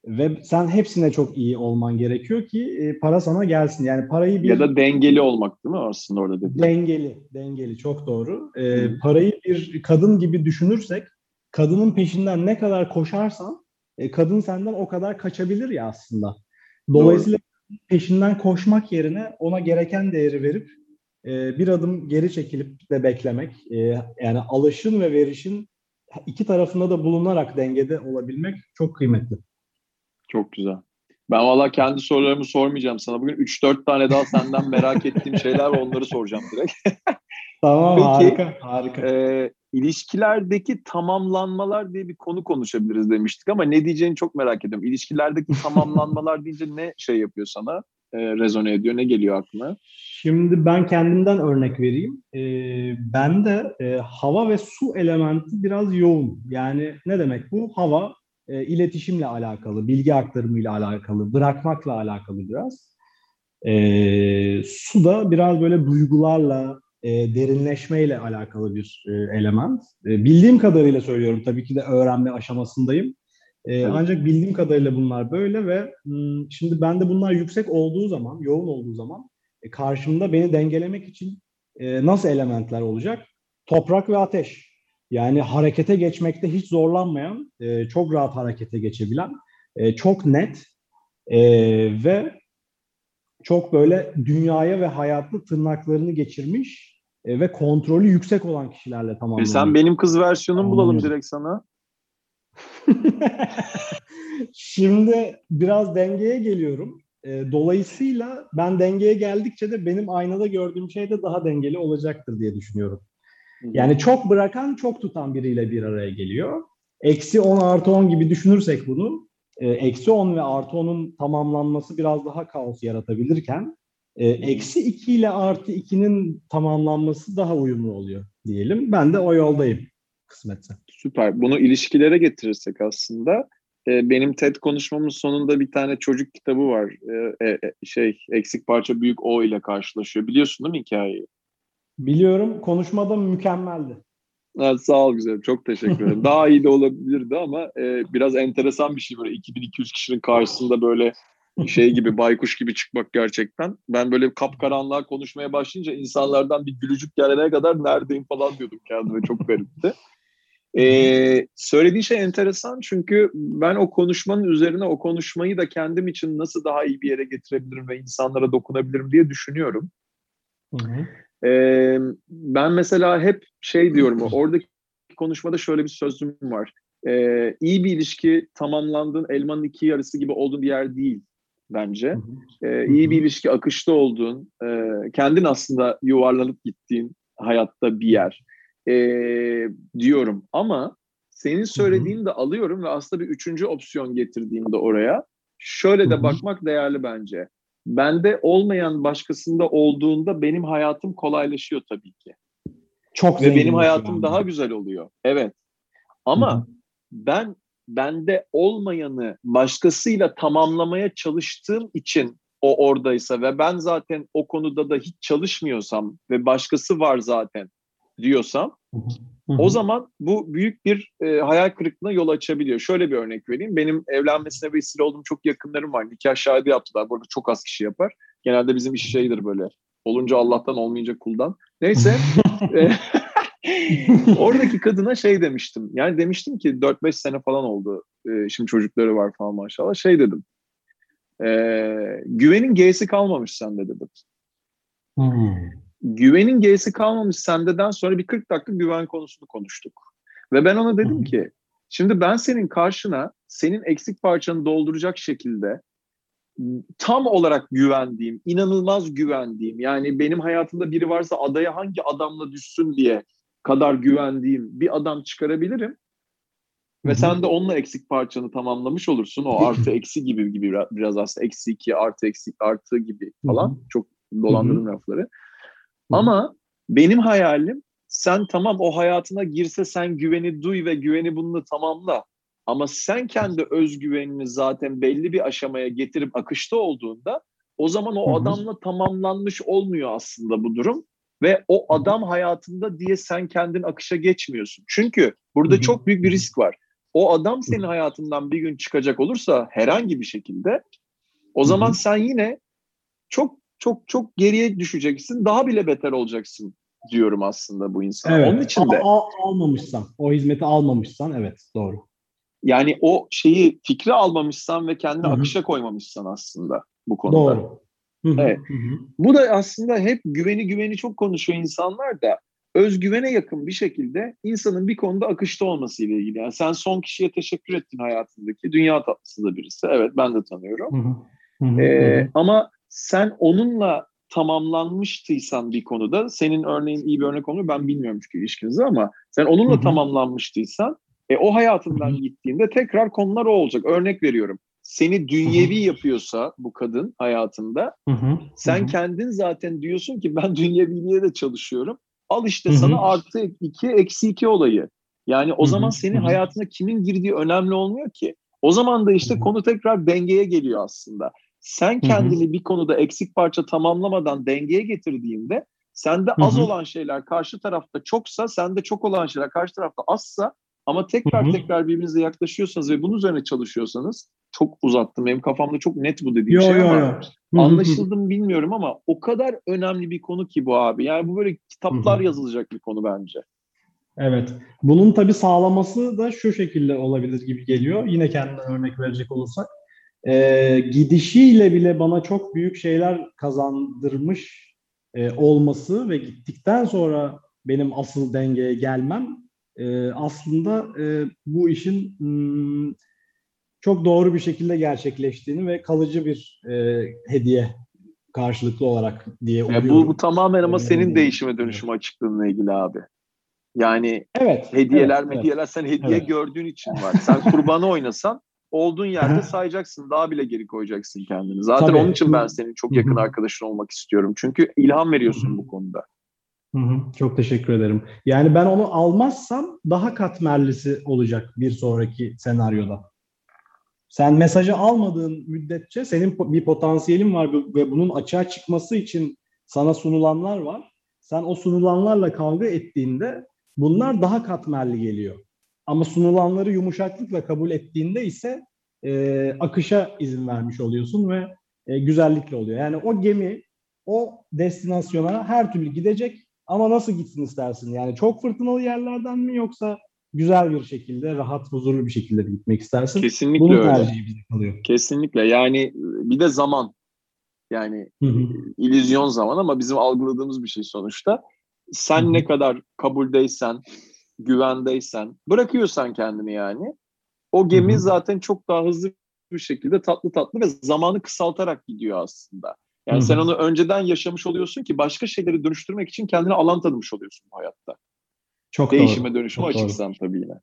Ve sen hepsine çok iyi olman gerekiyor ki para sana gelsin. Yani parayı Ya bir da dengeli olmak değil mi aslında orada dediğin? dengeli çok doğru. Parayı bir kadın gibi düşünürsek, kadının peşinden ne kadar koşarsan, kadın senden o kadar kaçabilir ya aslında. Doğru. Dolayısıyla peşinden koşmak yerine ona gereken değeri verip bir adım geri çekilip de beklemek, yani alışın ve verişin iki tarafında da bulunarak dengede olabilmek çok kıymetli. Çok güzel. Ben valla kendi sorularımı sormayacağım sana. Bugün 3-4 tane daha senden merak ettiğim şeyler var. Onları soracağım direkt. Tamam, Peki harika, harika. ilişkilerdeki tamamlanmalar diye bir konu konuşabiliriz demiştik ama ne diyeceğini çok merak ediyorum. İlişkilerdeki tamamlanmalar deyince ne şey yapıyor sana? Rezone ediyor. Ne geliyor aklına? Şimdi ben kendimden örnek vereyim. Ben de hava ve su elementi biraz yoğun. Yani ne demek bu? Hava iletişimle alakalı, bilgi aktarımıyla alakalı, bırakmakla alakalı biraz. Su da biraz böyle duygularla, derinleşmeyle alakalı bir element. Bildiğim kadarıyla söylüyorum. Tabii ki de öğrenme aşamasındayım. Evet. Ancak bildiğim kadarıyla bunlar böyle ve şimdi bende bunlar yüksek olduğu zaman, yoğun olduğu zaman karşımda beni dengelemek için nasıl elementler olacak? Toprak ve ateş. Yani harekete geçmekte hiç zorlanmayan, çok rahat harekete geçebilen, çok net ve çok böyle dünyaya ve hayatlı tırnaklarını geçirmiş ve kontrolü yüksek olan kişilerle Sen benim kız versiyonumu bulalım tamamlanıyorum. direkt sana. Şimdi biraz dengeye geliyorum. Dolayısıyla ben dengeye geldikçe de benim aynada gördüğüm şey de daha dengeli olacaktır diye düşünüyorum. Hı hı. Yani çok bırakan, çok tutan biriyle bir araya geliyor. Eksi 10 artı 10 gibi düşünürsek bunu, eksi 10 ve artı 10'un tamamlanması biraz daha kaos yaratabilirken, eksi 2 ile artı 2'nin tamamlanması daha uyumlu oluyor diyelim. Ben de o yoldayım kısmetse. Süper. Bunu ilişkilere getirirsek aslında benim TED konuşmamın sonunda bir tane çocuk kitabı var. Eksik parça büyük O ile karşılaşıyor. Biliyorsun değil mi hikayeyi? Biliyorum, konuşmada mükemmeldi. Evet, sağ ol güzelim. Çok teşekkür ederim. Daha iyi de olabilirdi ama biraz enteresan bir şey böyle 2200 kişinin karşısında böyle şey gibi baykuş gibi çıkmak gerçekten. Ben böyle kapkaranlığa konuşmaya başlayınca insanlardan bir gülücük gelene kadar neredeyim falan diyordum kendime. Çok garipti. Söylediğin şey enteresan çünkü ben o konuşmanın üzerine o konuşmayı da kendim için nasıl daha iyi bir yere getirebilirim ve insanlara dokunabilirim diye düşünüyorum. Hı hı. Ben mesela hep şey diyorum, oradaki konuşmada şöyle bir sözüm var. İyi bir ilişki tamamlandığın elmanın iki yarısı gibi olduğu bir yer değil bence. Hı hı. Hı İyi bir hı. ilişki akışta olduğun, kendin aslında yuvarlanıp gittiğin hayatta bir yer diyorum. Ama senin Hı hı. söylediğini de alıyorum ve aslında bir üçüncü opsiyon getirdiğimde oraya şöyle Hı de hı. bakmak değerli bence. Bende olmayan başkasında olduğunda benim hayatım kolaylaşıyor tabii ki. Çok Ve benim zenginleşiyor hayatım anda. daha güzel oluyor. Evet. Hı hı. Ama ben bende olmayanı başkasıyla tamamlamaya çalıştığım için o oradaysa ve ben zaten o konuda da hiç çalışmıyorsam ve başkası var zaten diyorsam Hı hı. Hı o hı. zaman bu büyük bir hayal kırıklığına yol açabiliyor. Şöyle bir örnek vereyim. Benim evlenmesine vesile olduğum çok yakınlarım var. Nikah şahidi yaptılar. Bu arada çok az kişi yapar. Genelde bizim iş şeydir böyle. Olunca Allah'tan olmayınca kuldan. Neyse. Oradaki kadına şey demiştim. Yani demiştim ki 4-5 sene falan oldu. Şimdi çocukları var falan maşallah. Şey dedim. Güvenin G'si kalmamış sende dedim. Hmm. Güvenin G'si kalmamış sendeden sonra bir 40 dakika güven konusunu konuştuk. Ve ben ona Hı dedim hı. ki şimdi ben senin karşına senin eksik parçanı dolduracak şekilde tam olarak güvendiğim, inanılmaz güvendiğim, yani benim hayatımda biri varsa adaya hangi adamla düşsün diye kadar güvendiğim bir adam çıkarabilirim. Hı Ve hı. sen de onunla eksik parçanı tamamlamış olursun. O artı eksi gibi biraz aslında eksi iki artı eksi artı gibi Hı hı. falan. Çok Hı hı. dolandırdım lafları. Hı hı. Ama benim hayalim sen tamam o hayatına girse sen güveni duy ve güveni bununla tamamla. Ama sen kendi özgüvenini zaten belli bir aşamaya getirip akışta olduğunda o zaman Hı o hı. adamla tamamlanmış olmuyor aslında bu durum. Ve o adam hayatında diye sen kendin akışa geçmiyorsun. Çünkü Hı burada hı. çok büyük bir risk var. o adam senin hayatından bir gün çıkacak olursa herhangi bir şekilde, o zaman sen yine çok çok çok geriye düşeceksin. Daha bile beter olacaksın diyorum aslında bu insana. Evet. Onun için de Almamışsan, o hizmeti almamışsan, evet, doğru. yani o fikri almamışsan ve kendini akışa koymamışsan aslında bu konuda. Doğru. Evet. Bu da aslında hep güveni çok konuşuyor insanlar da, özgüvene yakın bir şekilde insanın bir konuda akışta olması ile ilgili. Yani sen son kişiye teşekkür ettin hayatındaki. Dünya tatlısı da birisi. Evet, ben de tanıyorum. Ama sen onunla tamamlanmıştıysan bir konuda, senin örneğin iyi bir örnek olur, ben bilmiyorum çünkü ilişkinizi, ama sen onunla tamamlanmıştıysan o hayatından gittiğinde tekrar konular o olacak. Örnek veriyorum. Seni dünyevi yapıyorsa bu kadın hayatında, sen kendin zaten diyorsun ki ben dünyeviliğe de çalışıyorum. Al işte sana +2 -2 olayı. Yani o zaman senin hayatına kimin girdiği önemli olmuyor ki. O zaman da işte konu tekrar dengeye geliyor aslında. Sen kendini bir konuda eksik parça tamamlamadan dengeye getirdiğinde, sende az olan şeyler karşı tarafta çoksa, sende çok olan şeyler karşı tarafta azsa, ama tekrar birbirinize yaklaşıyorsanız ve bunun üzerine çalışıyorsanız, çok uzattım, benim kafamda çok net bu dediğim şey ama anlaşıldı mı bilmiyorum, ama o kadar önemli bir konu ki bu abi. Yani bu böyle kitaplar yazılacak bir konu bence. Evet. Bunun tabii sağlaması da şu şekilde olabilir gibi geliyor. Yine kendimden örnek verecek olursak. Gidişiyle bile bana çok büyük şeyler kazandırmış olması ve gittikten sonra benim asıl dengeye gelmem aslında bu işin çok doğru bir şekilde gerçekleştiğini ve kalıcı bir hediye karşılıklı olarak diye umuyorum. Bu tamamen ama senin değişime dönüşüme açıklığınla ilgili abi. Yani hediyeler sen hediye gördüğün için var. Sen kurbanı oynasan olduğun yerde sayacaksın. Daha bile geri koyacaksın kendini. Zaten onun için ben senin çok yakın arkadaşın olmak istiyorum. Çünkü ilham veriyorsun bu konuda. Çok teşekkür ederim. Yani ben onu almazsam daha katmerlisi olacak bir sonraki senaryoda. Sen mesajı almadığın müddetçe senin bir potansiyelin var ve bunun açığa çıkması için sana sunulanlar var. Sen o sunulanlarla kavga ettiğinde bunlar daha katmerli geliyor. Ama sunulanları yumuşaklıkla kabul ettiğinde ise akışa izin vermiş oluyorsun ve güzellikle oluyor. Yani o gemi o destinasyona her türlü gidecek, ama nasıl gitsin istersin? Yani çok fırtınalı yerlerden mi, yoksa güzel bir şekilde, rahat, huzurlu bir şekilde gitmek istersin? Kesinlikle bunun öyle. tercihi bize kalıyor. Kesinlikle. Yani bir de zaman. Yani illüzyon zaman, ama bizim algıladığımız bir şey sonuçta. Sen ne kadar kabuldeysen, güvendeysen, bırakıyorsan kendini yani, o gemi zaten çok daha hızlı bir şekilde tatlı ve zamanı kısaltarak gidiyor aslında. Yani sen onu önceden yaşamış oluyorsun ki başka şeyleri dönüştürmek için kendine alan tanımış oluyorsun bu hayatta. Çok Değişime doğru. dönüşüme açıksan tabii yine.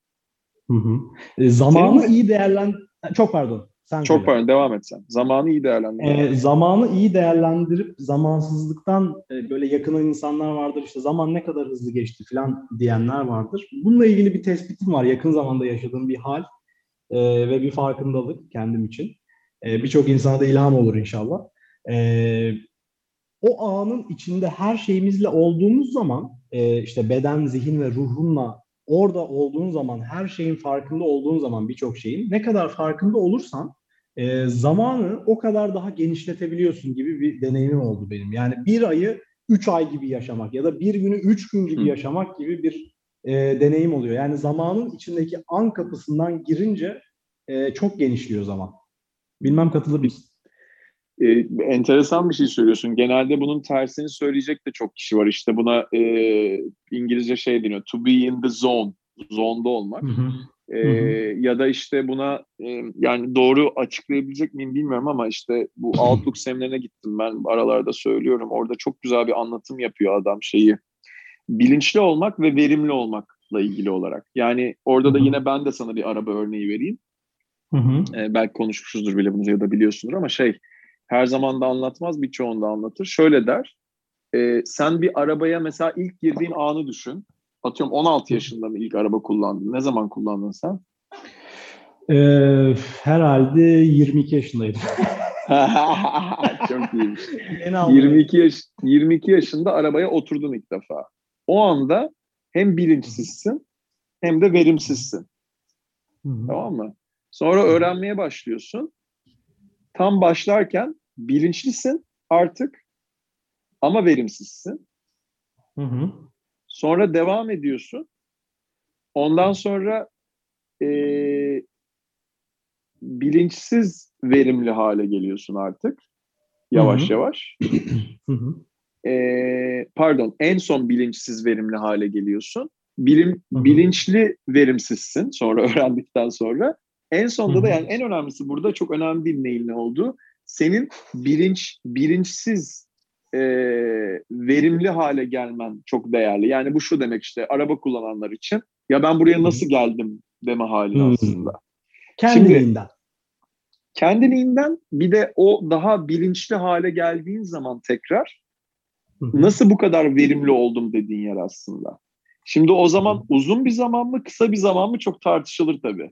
Zamanı iyi Çok pardon. Çok pardon, devam et sen. Zamanı iyi değerlendirmek. Zamanı iyi değerlendirip zamansızlıktan böyle yakınan insanlar vardır. İşte zaman ne kadar hızlı geçti falan diyenler vardır. Bununla ilgili bir tespitim var. Yakın zamanda yaşadığım bir hal ve bir farkındalık kendim için. Birçok insana da ilham olur inşallah. O anın içinde her şeyimizle olduğumuz zaman, işte beden, zihin ve ruhunla orada olduğun zaman, her şeyin farkında olduğun zaman, birçok şeyin ne kadar farkında olursan zamanı o kadar daha genişletebiliyorsun gibi bir deneyimim oldu benim. Yani bir ayı 3 ay gibi yaşamak ya da bir günü 3 gün gibi yaşamak gibi bir deneyim oluyor. Yani zamanın içindeki an kapısından girince çok genişliyor zaman. Bilmem katılır mısın? Enteresan bir şey söylüyorsun. Genelde bunun tersini söyleyecek de çok kişi var. İşte buna İngilizce deniyor. To be in the zone. Zone'da olmak. Ya da işte buna yani doğru açıklayabilecek miyim bilmiyorum, ama işte bu Outlook seminerine gittim ben, aralarda söylüyorum. Orada çok güzel bir anlatım yapıyor adam bilinçli olmak ve verimli olmakla ilgili olarak. Yani orada da yine ben de sana bir araba örneği vereyim. Belki konuşmuşuzdur bile bunu ya da biliyorsundur, ama her zaman da anlatmaz, birçoğunda anlatır. Şöyle der, sen bir arabaya mesela ilk girdiğin anı düşün. Atıyorum 16 yaşında mı ilk araba kullandın? Ne zaman kullandın sen? Herhalde 22 yaşındaydım. Çok iyiymiş. 22 yaşında arabaya oturdun ilk defa. O anda hem bilinçsizsin hem de verimsizsin. Hı. Tamam mı? Sonra öğrenmeye başlıyorsun. Tam başlarken bilinçlisin artık ama verimsizsin. Hı hı. Sonra devam ediyorsun. Ondan sonra bilinçsiz verimli hale geliyorsun artık. Hı Yavaş hı. yavaş. Hı hı. Pardon, en son bilinçsiz verimli hale geliyorsun. Hı hı. Bilinçli verimsizsin sonra öğrendikten sonra. En Hı sonunda da hı. yani en önemlisi burada çok önemli değil neyin ne olduğu. Senin bilinçsiz verimli hale gelmen çok değerli. Yani bu şu demek işte araba kullananlar için ya ben buraya nasıl geldim deme hali Hı. aslında. Şimdi Kendiliğinden. kendiliğinden bir de o daha bilinçli hale geldiğin zaman tekrar Hı hı. nasıl bu kadar verimli oldum dediğin yer aslında. Şimdi o zaman uzun bir zaman mı kısa bir zaman mı çok tartışılır tabii.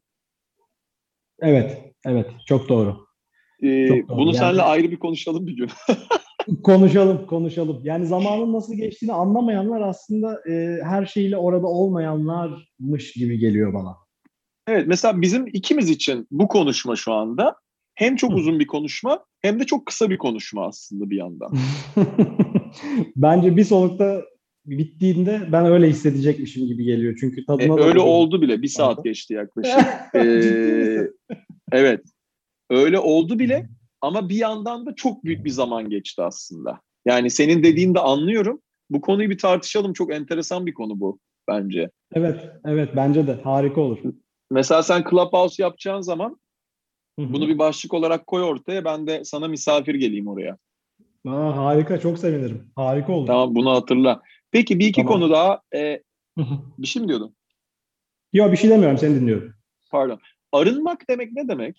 Evet, evet. Çok doğru. Çok doğru. Bunu seninle Yani ayrı bir konuşalım bir gün. konuşalım, konuşalım. Yani zamanın nasıl geçtiğini anlamayanlar aslında her şeyle orada olmayanlarmış gibi geliyor bana. Evet, mesela bizim ikimiz için bu konuşma şu anda hem çok Hı. uzun bir konuşma hem de çok kısa bir konuşma aslında bir yandan. Bence bir solukta bittiğinde ben öyle hissedecekmişim gibi geliyor. Çünkü tadına da Öyle varıyorum. oldu bile. Bir saat Zaten. geçti yaklaşık. Ciddi misin? Evet, öyle oldu bile ama bir yandan da çok büyük bir zaman geçti aslında. Yani senin dediğini de anlıyorum. Bu konuyu bir tartışalım. Çok enteresan bir konu bu bence. Evet, evet bence de harika olur. Mesela sen Clubhouse yapacağın zaman Hı bunu hı. bir başlık olarak koy ortaya. Ben de sana misafir geleyim oraya. Harika, çok sevinirim. Harika olur. Tamam, bunu hatırla. Peki bir iki konu Tamam. daha. Hı hı. Bir şey mi diyordun? Yok bir şey demiyorum, seni dinliyorum. Pardon. Arınmak demek ne demek?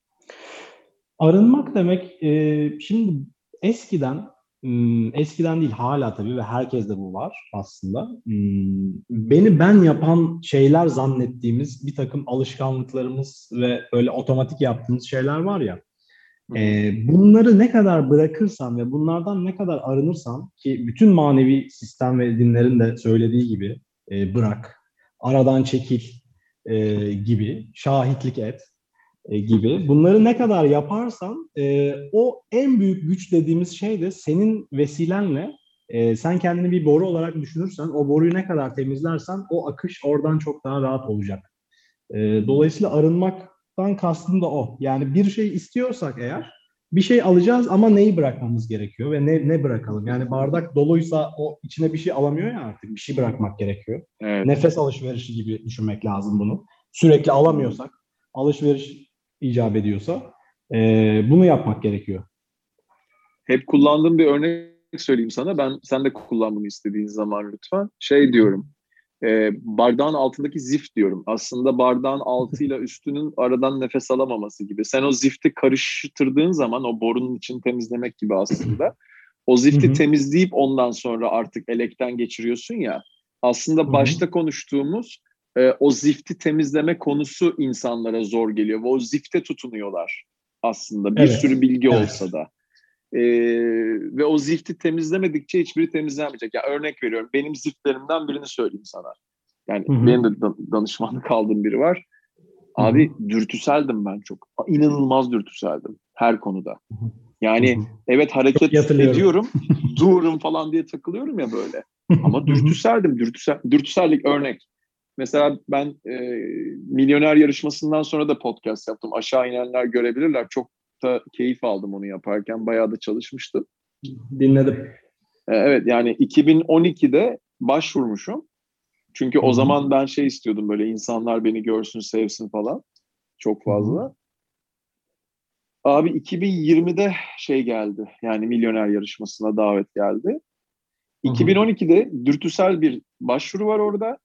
Arınmak demek, şimdi eskiden, eskiden değil hala tabii ve herkeste bu var aslında. Beni ben yapan şeyler zannettiğimiz bir takım alışkanlıklarımız ve öyle otomatik yaptığımız şeyler var ya. Hı hı. Bunları ne kadar bırakırsan ve bunlardan ne kadar arınırsan ki bütün manevi sistem ve dinlerin de söylediği gibi bırak, aradan çekil gibi, şahitlik et gibi. Bunları ne kadar yaparsan o en büyük güç dediğimiz şey de senin vesilenle sen kendini bir boru olarak düşünürsen o boruyu ne kadar temizlersen o akış oradan çok daha rahat olacak. Dolayısıyla arınmaktan kastım da o. Yani bir şey istiyorsak eğer bir şey alacağız ama neyi bırakmamız gerekiyor ve ne bırakalım? Yani bardak doluysa o içine bir şey alamıyor ya artık bir şey bırakmak gerekiyor. Evet. Nefes alışverişi gibi düşünmek lazım bunu. Sürekli alamıyorsak, alışveriş icap ediyorsa bunu yapmak gerekiyor. Hep kullandığım bir örnek söyleyeyim sana. Sen de kullan bunu istediğin zaman lütfen. Şey diyorum. Bardağın altındaki zift diyorum. Aslında bardağın altıyla üstünün aradan nefes alamaması gibi. Sen o zifti karıştırdığın zaman o borunun içini temizlemek gibi aslında. O Hı zifti hı, temizleyip ondan sonra artık elekten geçiriyorsun ya. hı Aslında hı. başta konuştuğumuz o zifti temizleme konusu insanlara zor geliyor ve o zifte tutunuyorlar aslında bir Evet, sürü bilgi evet. olsa da. Ve o zifti temizlemedikçe hiçbiri temizlenmeyecek. Yani örnek veriyorum. Benim ziftlerimden birini söyleyeyim sana. Yani Hı hı, benim de danışmanlık aldığım biri var. hı hı, Abi dürtüseldim ben çok. İnanılmaz dürtüseldim her konuda. hı Yani hı. evet Çok iyi hareket hatırlıyorum. ediyorum, dururum falan diye takılıyorum ya böyle. Ama Hı hı, dürtüseldim, dürtüsellik örnek. Mesela ben milyoner yarışmasından sonra da podcast yaptım. Aşağı inenler görebilirler. Çok da keyif aldım onu yaparken. Bayağı da çalışmıştım. dinledim. Evet yani 2012'de başvurmuşum. Çünkü Hı o hı, zaman ben şey istiyordum böyle insanlar beni görsün, sevsin falan. Çok hı hı, fazla. Abi 2020'de şey geldi. Yani milyoner yarışmasına davet geldi. hı hı. 2012'de dürtüsel bir başvuru var orada.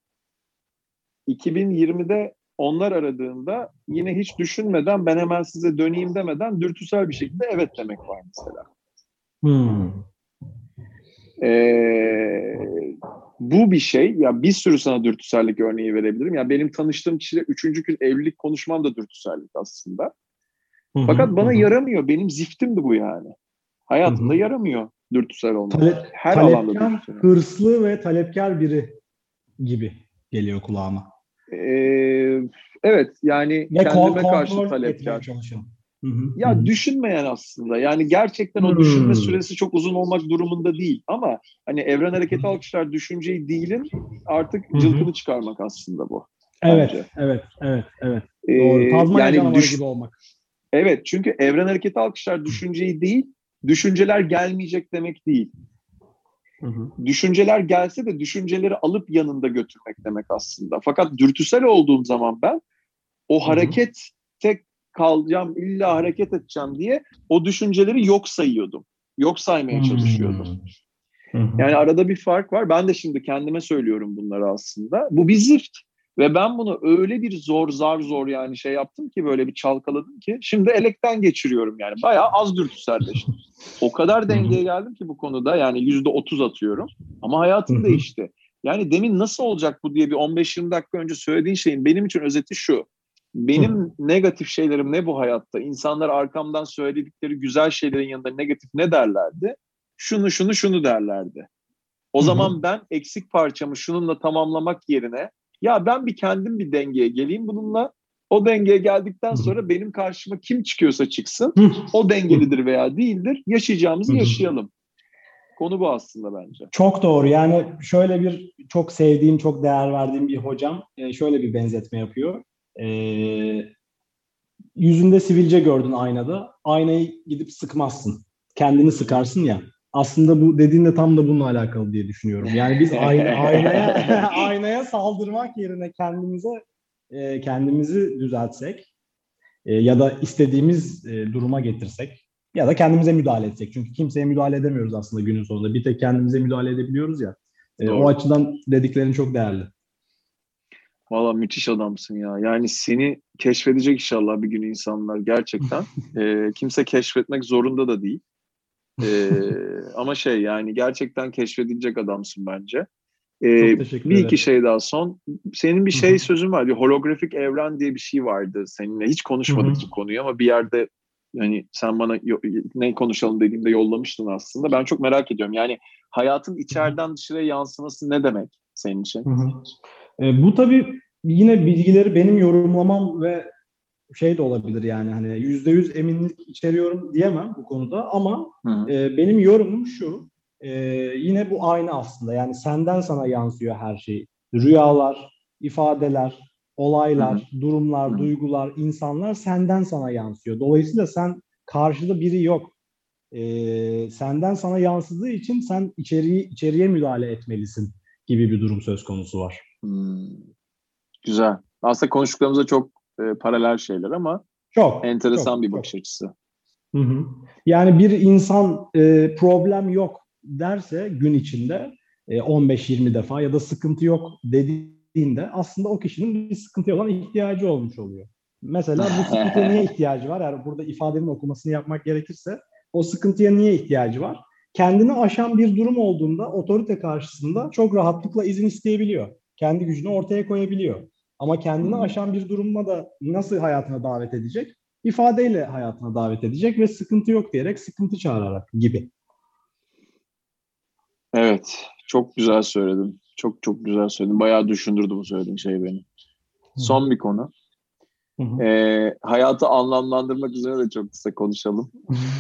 2020'de onlar aradığında yine hiç düşünmeden ben hemen size döneyim demeden dürtüsel bir şekilde evet demek var mesela. Hmm. Bu bir şey. Ya bir sürü sana dürtüsellik örneği verebilirim. Ya benim tanıştığım kişiyle 3. gün evlilik konuşmam da dürtüsellik aslında. Hı hı, Fakat hı bana hı, yaramıyor. Benim ziftimdi bu yani. hı Hayatımda hı. yaramıyor dürtüsel olmak. Her alanda Talepkar, dürtüsel olmak. hırslı ve talepkar biri gibi geliyor kulağıma. Evet, yani Ve kendime karşı kontrol etmeye talepkar. çalışan. Hı hı, hı Ya hı. düşünmeyen aslında. Yani gerçekten o düşünme süresi çok uzun olmak durumunda değil. Ama hani evren hareketi alkışlar düşünceyi değilin artık Hı hı. cılkını çıkarmak aslında bu Evet, bence. evet, evet, evet. Doğru. Tazmanya Yani canavarı gibi olmak. evet, çünkü evren hareketi alkışlar düşünceyi değil, düşünceler gelmeyecek demek değil. Hı hı. Düşünceler gelse de düşünceleri alıp yanında götürmek demek aslında. Fakat dürtüsel olduğum zaman ben o Hı hı. harekette kalacağım, illa hareket edeceğim diye o düşünceleri yok sayıyordum. Yok saymaya çalışıyordum. Hmm. Hı hı. Yani arada bir fark var. Ben de şimdi kendime söylüyorum bunları aslında. Bu bir zift. Ve ben bunu öyle bir zar zor yani şey yaptım ki, böyle bir çalkaladım ki şimdi elekten geçiriyorum yani. Bayağı az dürtüselleştim. O kadar Hı hı. dengeye geldim ki bu konuda, yani %30 atıyorum. Ama Hı hayatım hı. değişti. Yani demin nasıl olacak bu diye bir 15-20 dakika önce söylediğin şeyin benim için özeti şu: Hı benim negatif şeylerim ne bu hayatta? İnsanlar arkamdan söyledikleri güzel şeylerin yanında negatif ne derlerdi? Şunu derlerdi. O hı. zaman ben eksik parçamı şununla tamamlamak yerine, ya ben bir kendim bir dengeye geleyim bununla. O dengeye geldikten Hı hı. sonra benim karşıma kim çıkıyorsa çıksın, Hı o hı. dengelidir veya değildir. Hı Yaşayacağımızı hı. yaşayalım. Konu bu aslında bence. Çok doğru. Yani şöyle bir çok sevdiğim, çok değer verdiğim bir hocam şöyle bir benzetme yapıyor. E, Yüzünde sivilce gördün aynada. Aynayı gidip sıkmazsın. Kendini sıkarsın ya. Aslında bu dediğin de tam da bununla alakalı diye düşünüyorum. Yani biz aynaya aynaya saldırmak yerine kendimizi düzeltsek ya da istediğimiz duruma getirsek ya da kendimize müdahale etsek. Çünkü kimseye müdahale edemiyoruz aslında günün sonunda. Bir tek kendimize müdahale edebiliyoruz ya. O Doğru. açıdan dediklerin çok değerli. Valla müthiş adamsın ya. Yani seni keşfedecek inşallah bir gün insanlar gerçekten. Kimse keşfetmek zorunda da değil. Ama şey, yani gerçekten keşfedilecek adamsın bence. Çok teşekkür Bir iki ederim. şey daha son. Senin bir Hı şey hı. sözün var. Bir holografik evren diye bir şey vardı seninle. Hiç Hı hı. konuşmadık bu konuyu ama bir yerde, yani sen bana ne konuşalım dediğimde yollamıştın aslında. Ben çok merak ediyorum. Yani hayatın içeriden dışarıya yansıması ne demek senin için? Hı hı. Bu tabii yine bilgileri benim yorumlamam ve şey de olabilir yani hani %100 eminlik içeriyorum diyemem bu konuda ama Hı hı. benim yorumum şu yine bu aynı aslında yani senden sana yansıyor her şey. Rüyalar, ifadeler, Hı hı. olaylar, Hı durumlar, hı. duygular, insanlar senden sana yansıyor. Dolayısıyla sen karşıda biri yok. Senden sana yansıdığı için sen içeriye müdahale etmelisin gibi bir durum söz konusu var. Hmm, güzel. Aslında konuştuklarımızda çok paralel şeyler ama Çok, enteresan çok, bir bakış çok. açısı. Hı hı. Yani bir insan problem yok derse gün içinde 15-20 defa ya da sıkıntı yok dediğinde aslında o kişinin bir sıkıntıya olan ihtiyacı olmuş oluyor. Mesela bu sıkıntıya niye ihtiyacı var? Yani burada ifadenin okumasını yapmak gerekirse o sıkıntıya niye ihtiyacı var? Kendini aşan bir durum olduğunda otorite karşısında çok rahatlıkla izin isteyebiliyor. Kendi gücünü ortaya koyabiliyor. Ama kendini Hmm, aşan bir durumda da nasıl hayatına davet edecek? İfadeyle hayatına davet edecek ve sıkıntı yok diyerek sıkıntı çağırarak gibi. evet, çok güzel söyledin. Çok çok güzel söyledin. Bayağı düşündürdü bu söylediğin şey beni. Hı hı. Son bir konu. Hı hı. Hayatı anlamlandırmak üzere de çok kısa konuşalım.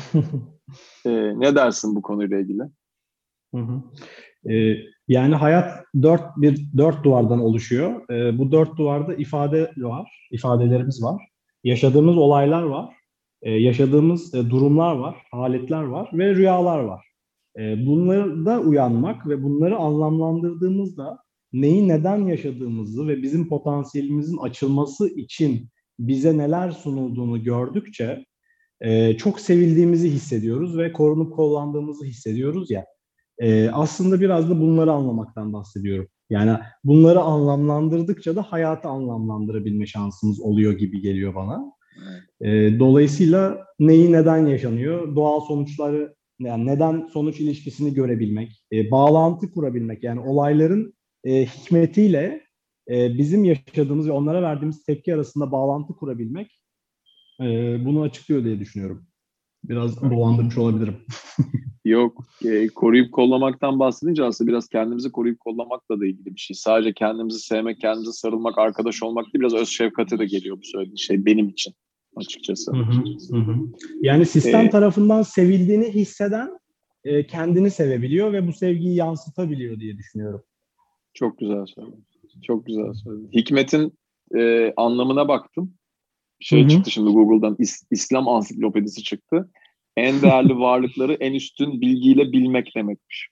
Ne dersin bu konuyla ilgili? Hı hı. Yani hayat dört duvardan oluşuyor. Bu dört duvarda ifade var, ifadelerimiz var. Yaşadığımız olaylar var. Yaşadığımız durumlar var, aletler var ve rüyalar var. Bunları da uyanmak ve bunları anlamlandırdığımızda neyi neden yaşadığımızı ve bizim potansiyelimizin açılması için bize neler sunulduğunu gördükçe çok sevildiğimizi hissediyoruz ve korunup kollandığımızı hissediyoruz ya. Aslında biraz da bunları anlamaktan bahsediyorum. Yani bunları anlamlandırdıkça da hayatı anlamlandırabilme şansımız oluyor gibi geliyor bana. Dolayısıyla neyi neden yaşanıyor, doğal sonuçları, yani neden sonuç ilişkisini görebilmek, bağlantı kurabilmek, yani olayların hikmetiyle bizim yaşadığımız ve onlara verdiğimiz tepki arasında bağlantı kurabilmek bunu açıklıyor diye düşünüyorum. Biraz dolandırmış olabilirim. Yok, koruyup kollamaktan bahsedince aslında biraz kendimizi koruyup kollamakla da ilgili bir şey. Sadece kendimizi sevmek, kendimize sarılmak, arkadaş olmak değil, biraz öz şefkate de geliyor bu söylediğin şey benim için açıkçası. Hı hı, hı hı. Yani sistem tarafından sevildiğini hisseden kendini sevebiliyor ve bu sevgiyi yansıtabiliyor diye düşünüyorum. Çok güzel söyledin. Çok güzel söyledin. Hikmetin anlamına baktım. Çıktı şimdi Google'dan, İslam ansiklopedisi çıktı. En değerli varlıkları en üstün bilgiyle bilmek demekmiş.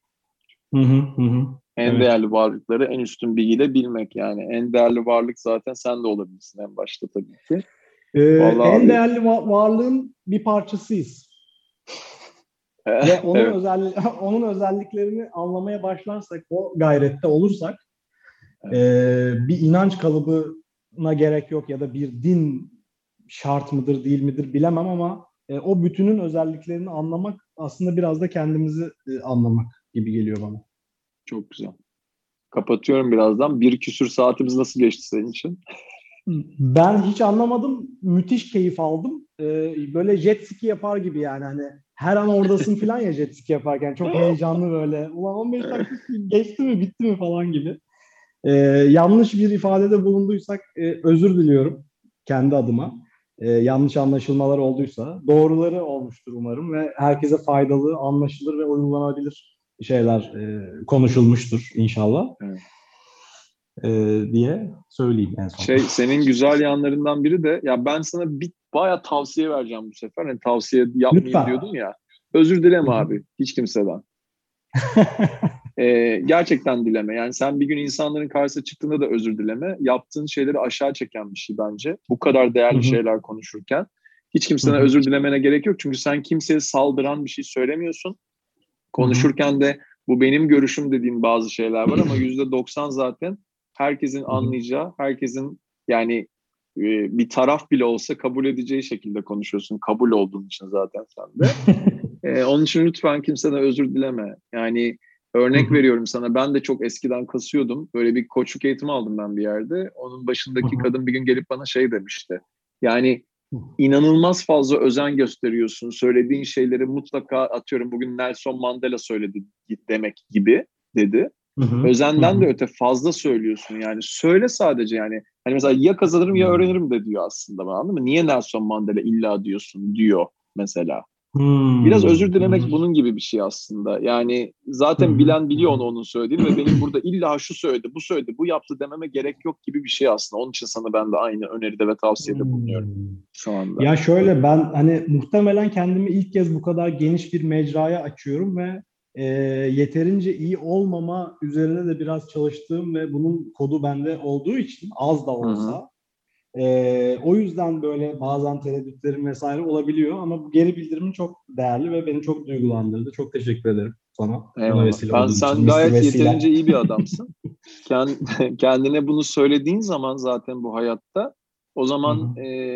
En değerli varlıkları en üstün bilgiyle bilmek, yani. En değerli varlık zaten sen de olabilirsin en başta tabii ki. En abi, değerli varlığın bir parçasıyız. Ve onun evet. onun özelliklerini anlamaya başlarsak, o gayrette olursak, bir inanç kalıbına gerek yok ya da bir din şart mıdır değil midir bilemem ama o bütünün özelliklerini anlamak aslında biraz da kendimizi anlamak gibi geliyor bana. Çok güzel. Kapatıyorum birazdan. 1 küsür saatimiz nasıl geçti senin için? Ben hiç anlamadım. Müthiş keyif aldım. Böyle jet ski yapar gibi yani. Hani her an oradasın falan ya jet ski yaparken. Çok heyecanlı böyle. Ulan 15 dakika geçti mi bitti mi falan gibi. Yanlış bir ifadede bulunduysak özür diliyorum kendi adıma. Yanlış anlaşılmalar olduysa. Doğruları olmuştur umarım ve herkese faydalı, anlaşılır ve uygulanabilir şeyler konuşulmuştur inşallah. Evet. Diye söyleyeyim en son. Senin güzel yanlarından biri de, ya ben sana bayağı tavsiye vereceğim bu sefer. Hani tavsiye yapmayayım Lütfen. diyordum ya. Özür dileme abi. Hiç kimseden. Gerçekten dileme. Yani sen bir gün insanların karşısına çıktığında da özür dileme. Yaptığın şeyleri aşağı çeken bir şey bence. Bu kadar değerli şeyler konuşurken. Hiç kimseden özür dilemene gerek yok. Çünkü sen kimseye saldıran bir şey söylemiyorsun. Konuşurken de bu benim görüşüm dediğin bazı şeyler var ama %90 zaten herkesin anlayacağı, herkesin yani bir taraf bile olsa kabul edeceği şekilde konuşuyorsun. Kabul olduğun için zaten sen de. Onun için lütfen kimseden özür dileme. Yani örnek veriyorum sana, ben de çok eskiden kasıyordum. Böyle bir koçluk eğitimi aldım ben bir yerde. Onun başındaki kadın bir gün gelip bana şey demişti. Yani inanılmaz fazla özen gösteriyorsun. Söylediğin şeyleri mutlaka, atıyorum bugün Nelson Mandela söyledi demek gibi dedi. Özenden de öte fazla söylüyorsun yani. Söyle sadece yani. Hani mesela ya kazanırım ya öğrenirim de diyor aslında, anladın mı? Niye Nelson Mandela illa diyorsun diyor mesela. Biraz özür dilemek bunun gibi bir şey aslında. Yani zaten bilen biliyor onun söylediğini ve benim burada illa şu söyledi, bu söyledi, bu yaptı dememe gerek yok gibi bir şey aslında. Onun için sana ben de aynı öneride ve tavsiyede bulunuyorum şu anda. Ya şöyle, ben hani muhtemelen kendimi ilk kez bu kadar geniş bir mecraya açıyorum ve yeterince iyi olmama üzerine de biraz çalıştığım ve bunun kodu bende olduğu için az da olsa o yüzden böyle bazen tereddütlerim vesaire olabiliyor ama bu geri bildirimin çok değerli ve beni çok duygulandırdı. Çok teşekkür ederim sana. Buna Eyvallah. vesile olduğun için. Sen Mr. gayet Vesile. yeterince iyi bir adamsın. Kendine bunu söylediğin zaman zaten bu hayatta, o zaman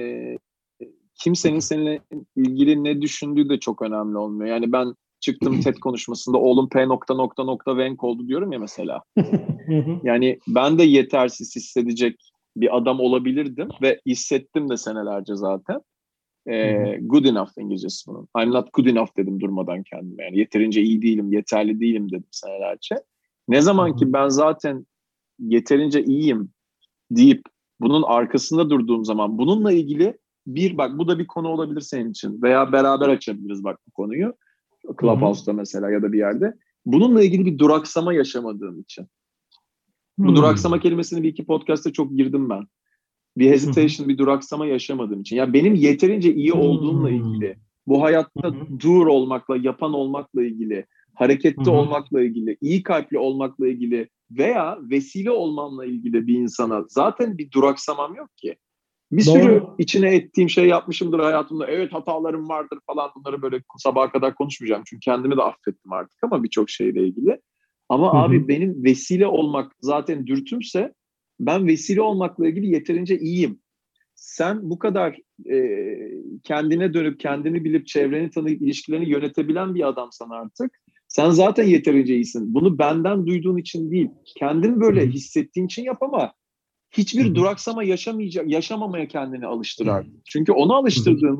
kimsenin seninle ilgili ne düşündüğü de çok önemli olmuyor. Yani ben çıktım TED konuşmasında oğlum P nokta nokta nokta Venk oldu diyorum ya mesela. Yani ben de yetersiz hissedecek bir adam olabilirdim ve hissettim de senelerce zaten. Good enough İngilizcesi bunun. I'm not good enough dedim durmadan kendime. Yani yeterince iyi değilim, yeterli değilim dedim senelerce. Ne zaman ki ben zaten yeterince iyiyim deyip bunun arkasında durduğum zaman, bununla ilgili bak bu da bir konu olabilir senin için veya beraber açabiliriz bak bu konuyu. Clubhouse'da mesela ya da bir yerde. Bununla ilgili bir duraksama yaşamadığım için. Bu duraksama kelimesini bir iki podcast'ta çok girdim ben. Bir hesitation, bir duraksama yaşamadığım için. Ya benim yeterince iyi olduğumla ilgili, bu hayatta dur olmakla, yapan olmakla ilgili, hareketli olmakla ilgili, iyi kalpli olmakla ilgili veya vesile olmamla ilgili bir insana zaten bir duraksamam yok ki. Bir sürü içine ettiğim şey yapmışımdır hayatımda. Evet, hatalarım vardır falan, bunları böyle sabaha kadar konuşmayacağım. Çünkü kendimi de affettim artık ama birçok şeyle ilgili. Ama abi benim vesile olmak zaten dürtümse, ben vesile olmakla ilgili yeterince iyiyim. Sen bu kadar kendine dönüp, kendini bilip, çevreni tanıyıp, ilişkilerini yönetebilen bir adamsan artık, sen zaten yeterince iyisin. Bunu benden duyduğun için değil, kendin böyle hissettiğin için yap ama hiçbir duraksama yaşamamaya kendini alıştır artık. Çünkü onu alıştırdığında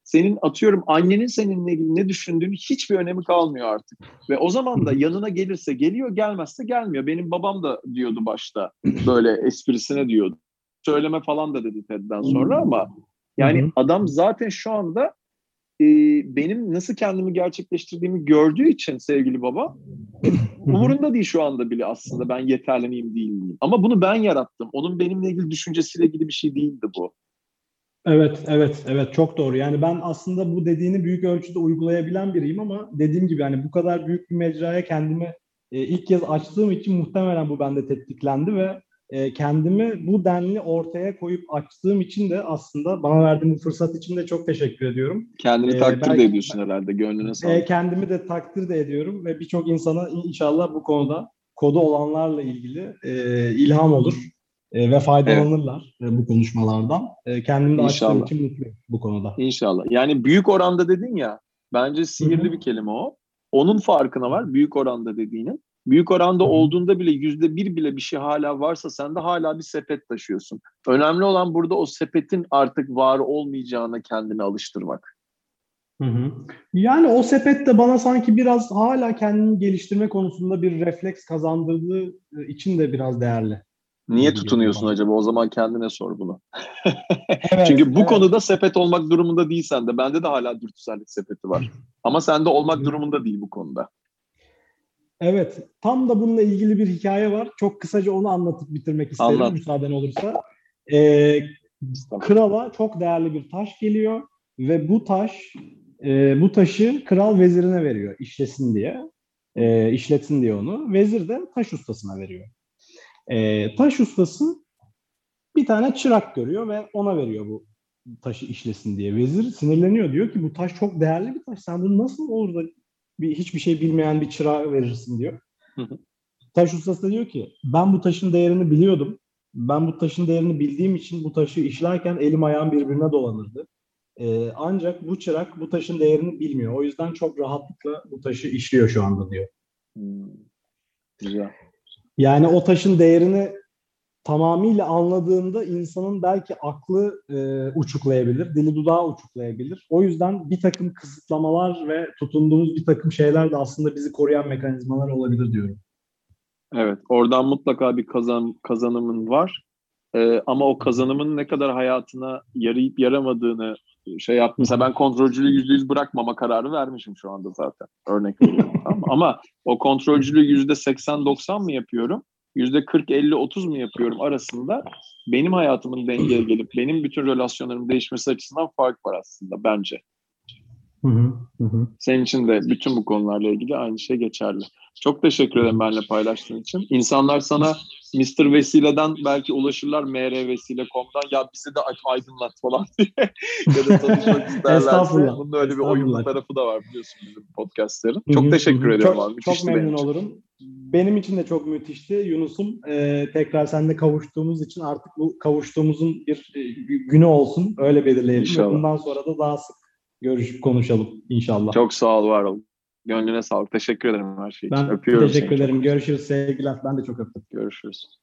senin atıyorum annenin seninle ilgili ne düşündüğünün hiçbir önemi kalmıyor artık. Ve o zaman da yanına gelirse geliyor, gelmezse gelmiyor. Benim babam da diyordu başta, böyle esprisine diyordu. Söyleme falan da dedi TED'den sonra ama yani adam zaten şu anda benim nasıl kendimi gerçekleştirdiğimi gördüğü için sevgili baba, umurunda değil şu anda bile aslında ben yeterli miyim değil miyim. Ama bunu ben yarattım. Onun benimle ilgili düşüncesiyle ilgili bir şey değildi bu. Evet, çok doğru. Yani ben aslında bu dediğini büyük ölçüde uygulayabilen biriyim ama dediğim gibi hani bu kadar büyük bir mecraya kendimi ilk kez açtığım için muhtemelen bu bende tetiklendi ve kendimi bu denli ortaya koyup açtığım için de aslında bana verdiğin bu fırsat için de çok teşekkür ediyorum. Kendini takdir de ediyorsun herhalde, gönlüne sağlık. Kendimi de takdir de ediyorum ve birçok insana inşallah bu konuda kodu olanlarla ilgili ilham olur. Ve faydalanırlar bu konuşmalardan. Kendimi de açtığım için mutluyum bu konuda. İnşallah. Yani büyük oranda dedin ya, bence sihirli bir kelime o. Onun farkına var büyük oranda dediğinin. Büyük oranda olduğunda bile %1 bile bir şey hala varsa sen de hala bir sepet taşıyorsun. Önemli olan burada o sepetin artık var olmayacağına kendini alıştırmak. Yani o sepet de bana sanki biraz hala kendini geliştirme konusunda bir refleks kazandırdığı için de biraz değerli. Niye tutunuyorsun acaba? O zaman kendine sor bunu. Çünkü bu konuda sepet olmak durumunda değilsen de, bende de hala dürtüsellik sepeti var. Ama sende olmak durumunda değil bu konuda. Evet, tam da bununla ilgili bir hikaye var. Çok kısaca onu anlatıp bitirmek isterim, müsaaden olursa. Krala çok değerli bir taş geliyor ve bu taşı kral vezirine veriyor işlesin diye. İşletsin diye onu. Vezir de taş ustasına veriyor. Taş ustası bir tane çırak görüyor ve ona veriyor bu taşı işlesin diye. Vezir sinirleniyor, diyor ki bu taş çok değerli bir taş. Sen bunu nasıl olur da hiçbir şey bilmeyen bir çırağa verirsin diyor. Taş ustası da diyor ki ben bu taşın değerini biliyordum. Ben bu taşın değerini bildiğim için bu taşı işlerken elim ayağım birbirine dolanırdı. Ancak bu çırak bu taşın değerini bilmiyor. O yüzden çok rahatlıkla bu taşı işliyor şu anda diyor. Güzel. Yani o taşın değerini tamamıyla anladığında insanın belki aklı uçuklayabilir, dili dudağı uçuklayabilir. O yüzden bir takım kısıtlamalar ve tutunduğumuz bir takım şeyler de aslında bizi koruyan mekanizmalar olabilir diyorum. Evet, oradan mutlaka bir kazanımın var. Ama o kazanımın ne kadar hayatına yarayıp yaramadığını şey yap. Mesela ben kontrolcülüğü %100 bırakmama kararı vermişim şu anda zaten. Örnek veriyorum. Tamam mı? Ama o kontrolcülüğü %80-90 mı yapıyorum? %40-50-30 mu yapıyorum arasında benim hayatımın dengeye gelip benim bütün relasyonlarım değişmesi açısından fark var aslında bence. Senin için de bütün bu konularla ilgili aynı şey geçerli. Çok teşekkür ederim benimle paylaştığın için. İnsanlar sana Mr. Vesile'den belki ulaşırlar, mrvesile.com'dan ya bizi de aydınlat falan diye ya da tanışmak isterlerse. Bunun öyle bir oyunlu tarafı da var biliyorsun bizim podcastlerin. Çok teşekkür ediyorum abi. Çok memnun olurum. Benim için de çok müthişti Yunus'um. Tekrar seninle kavuştuğumuz için artık bu kavuştuğumuzun bir günü olsun. Öyle belirleyelim. İnşallah. Bundan sonra da daha sık görüşüp konuşalım inşallah. Çok sağ ol, var ol. Gönlüne sağlık. Teşekkür ederim her şey için. Ben öpüyorum teşekkür seni. ederim. Görüşürüz sevgiler. Ben de çok öptüm. Görüşürüz.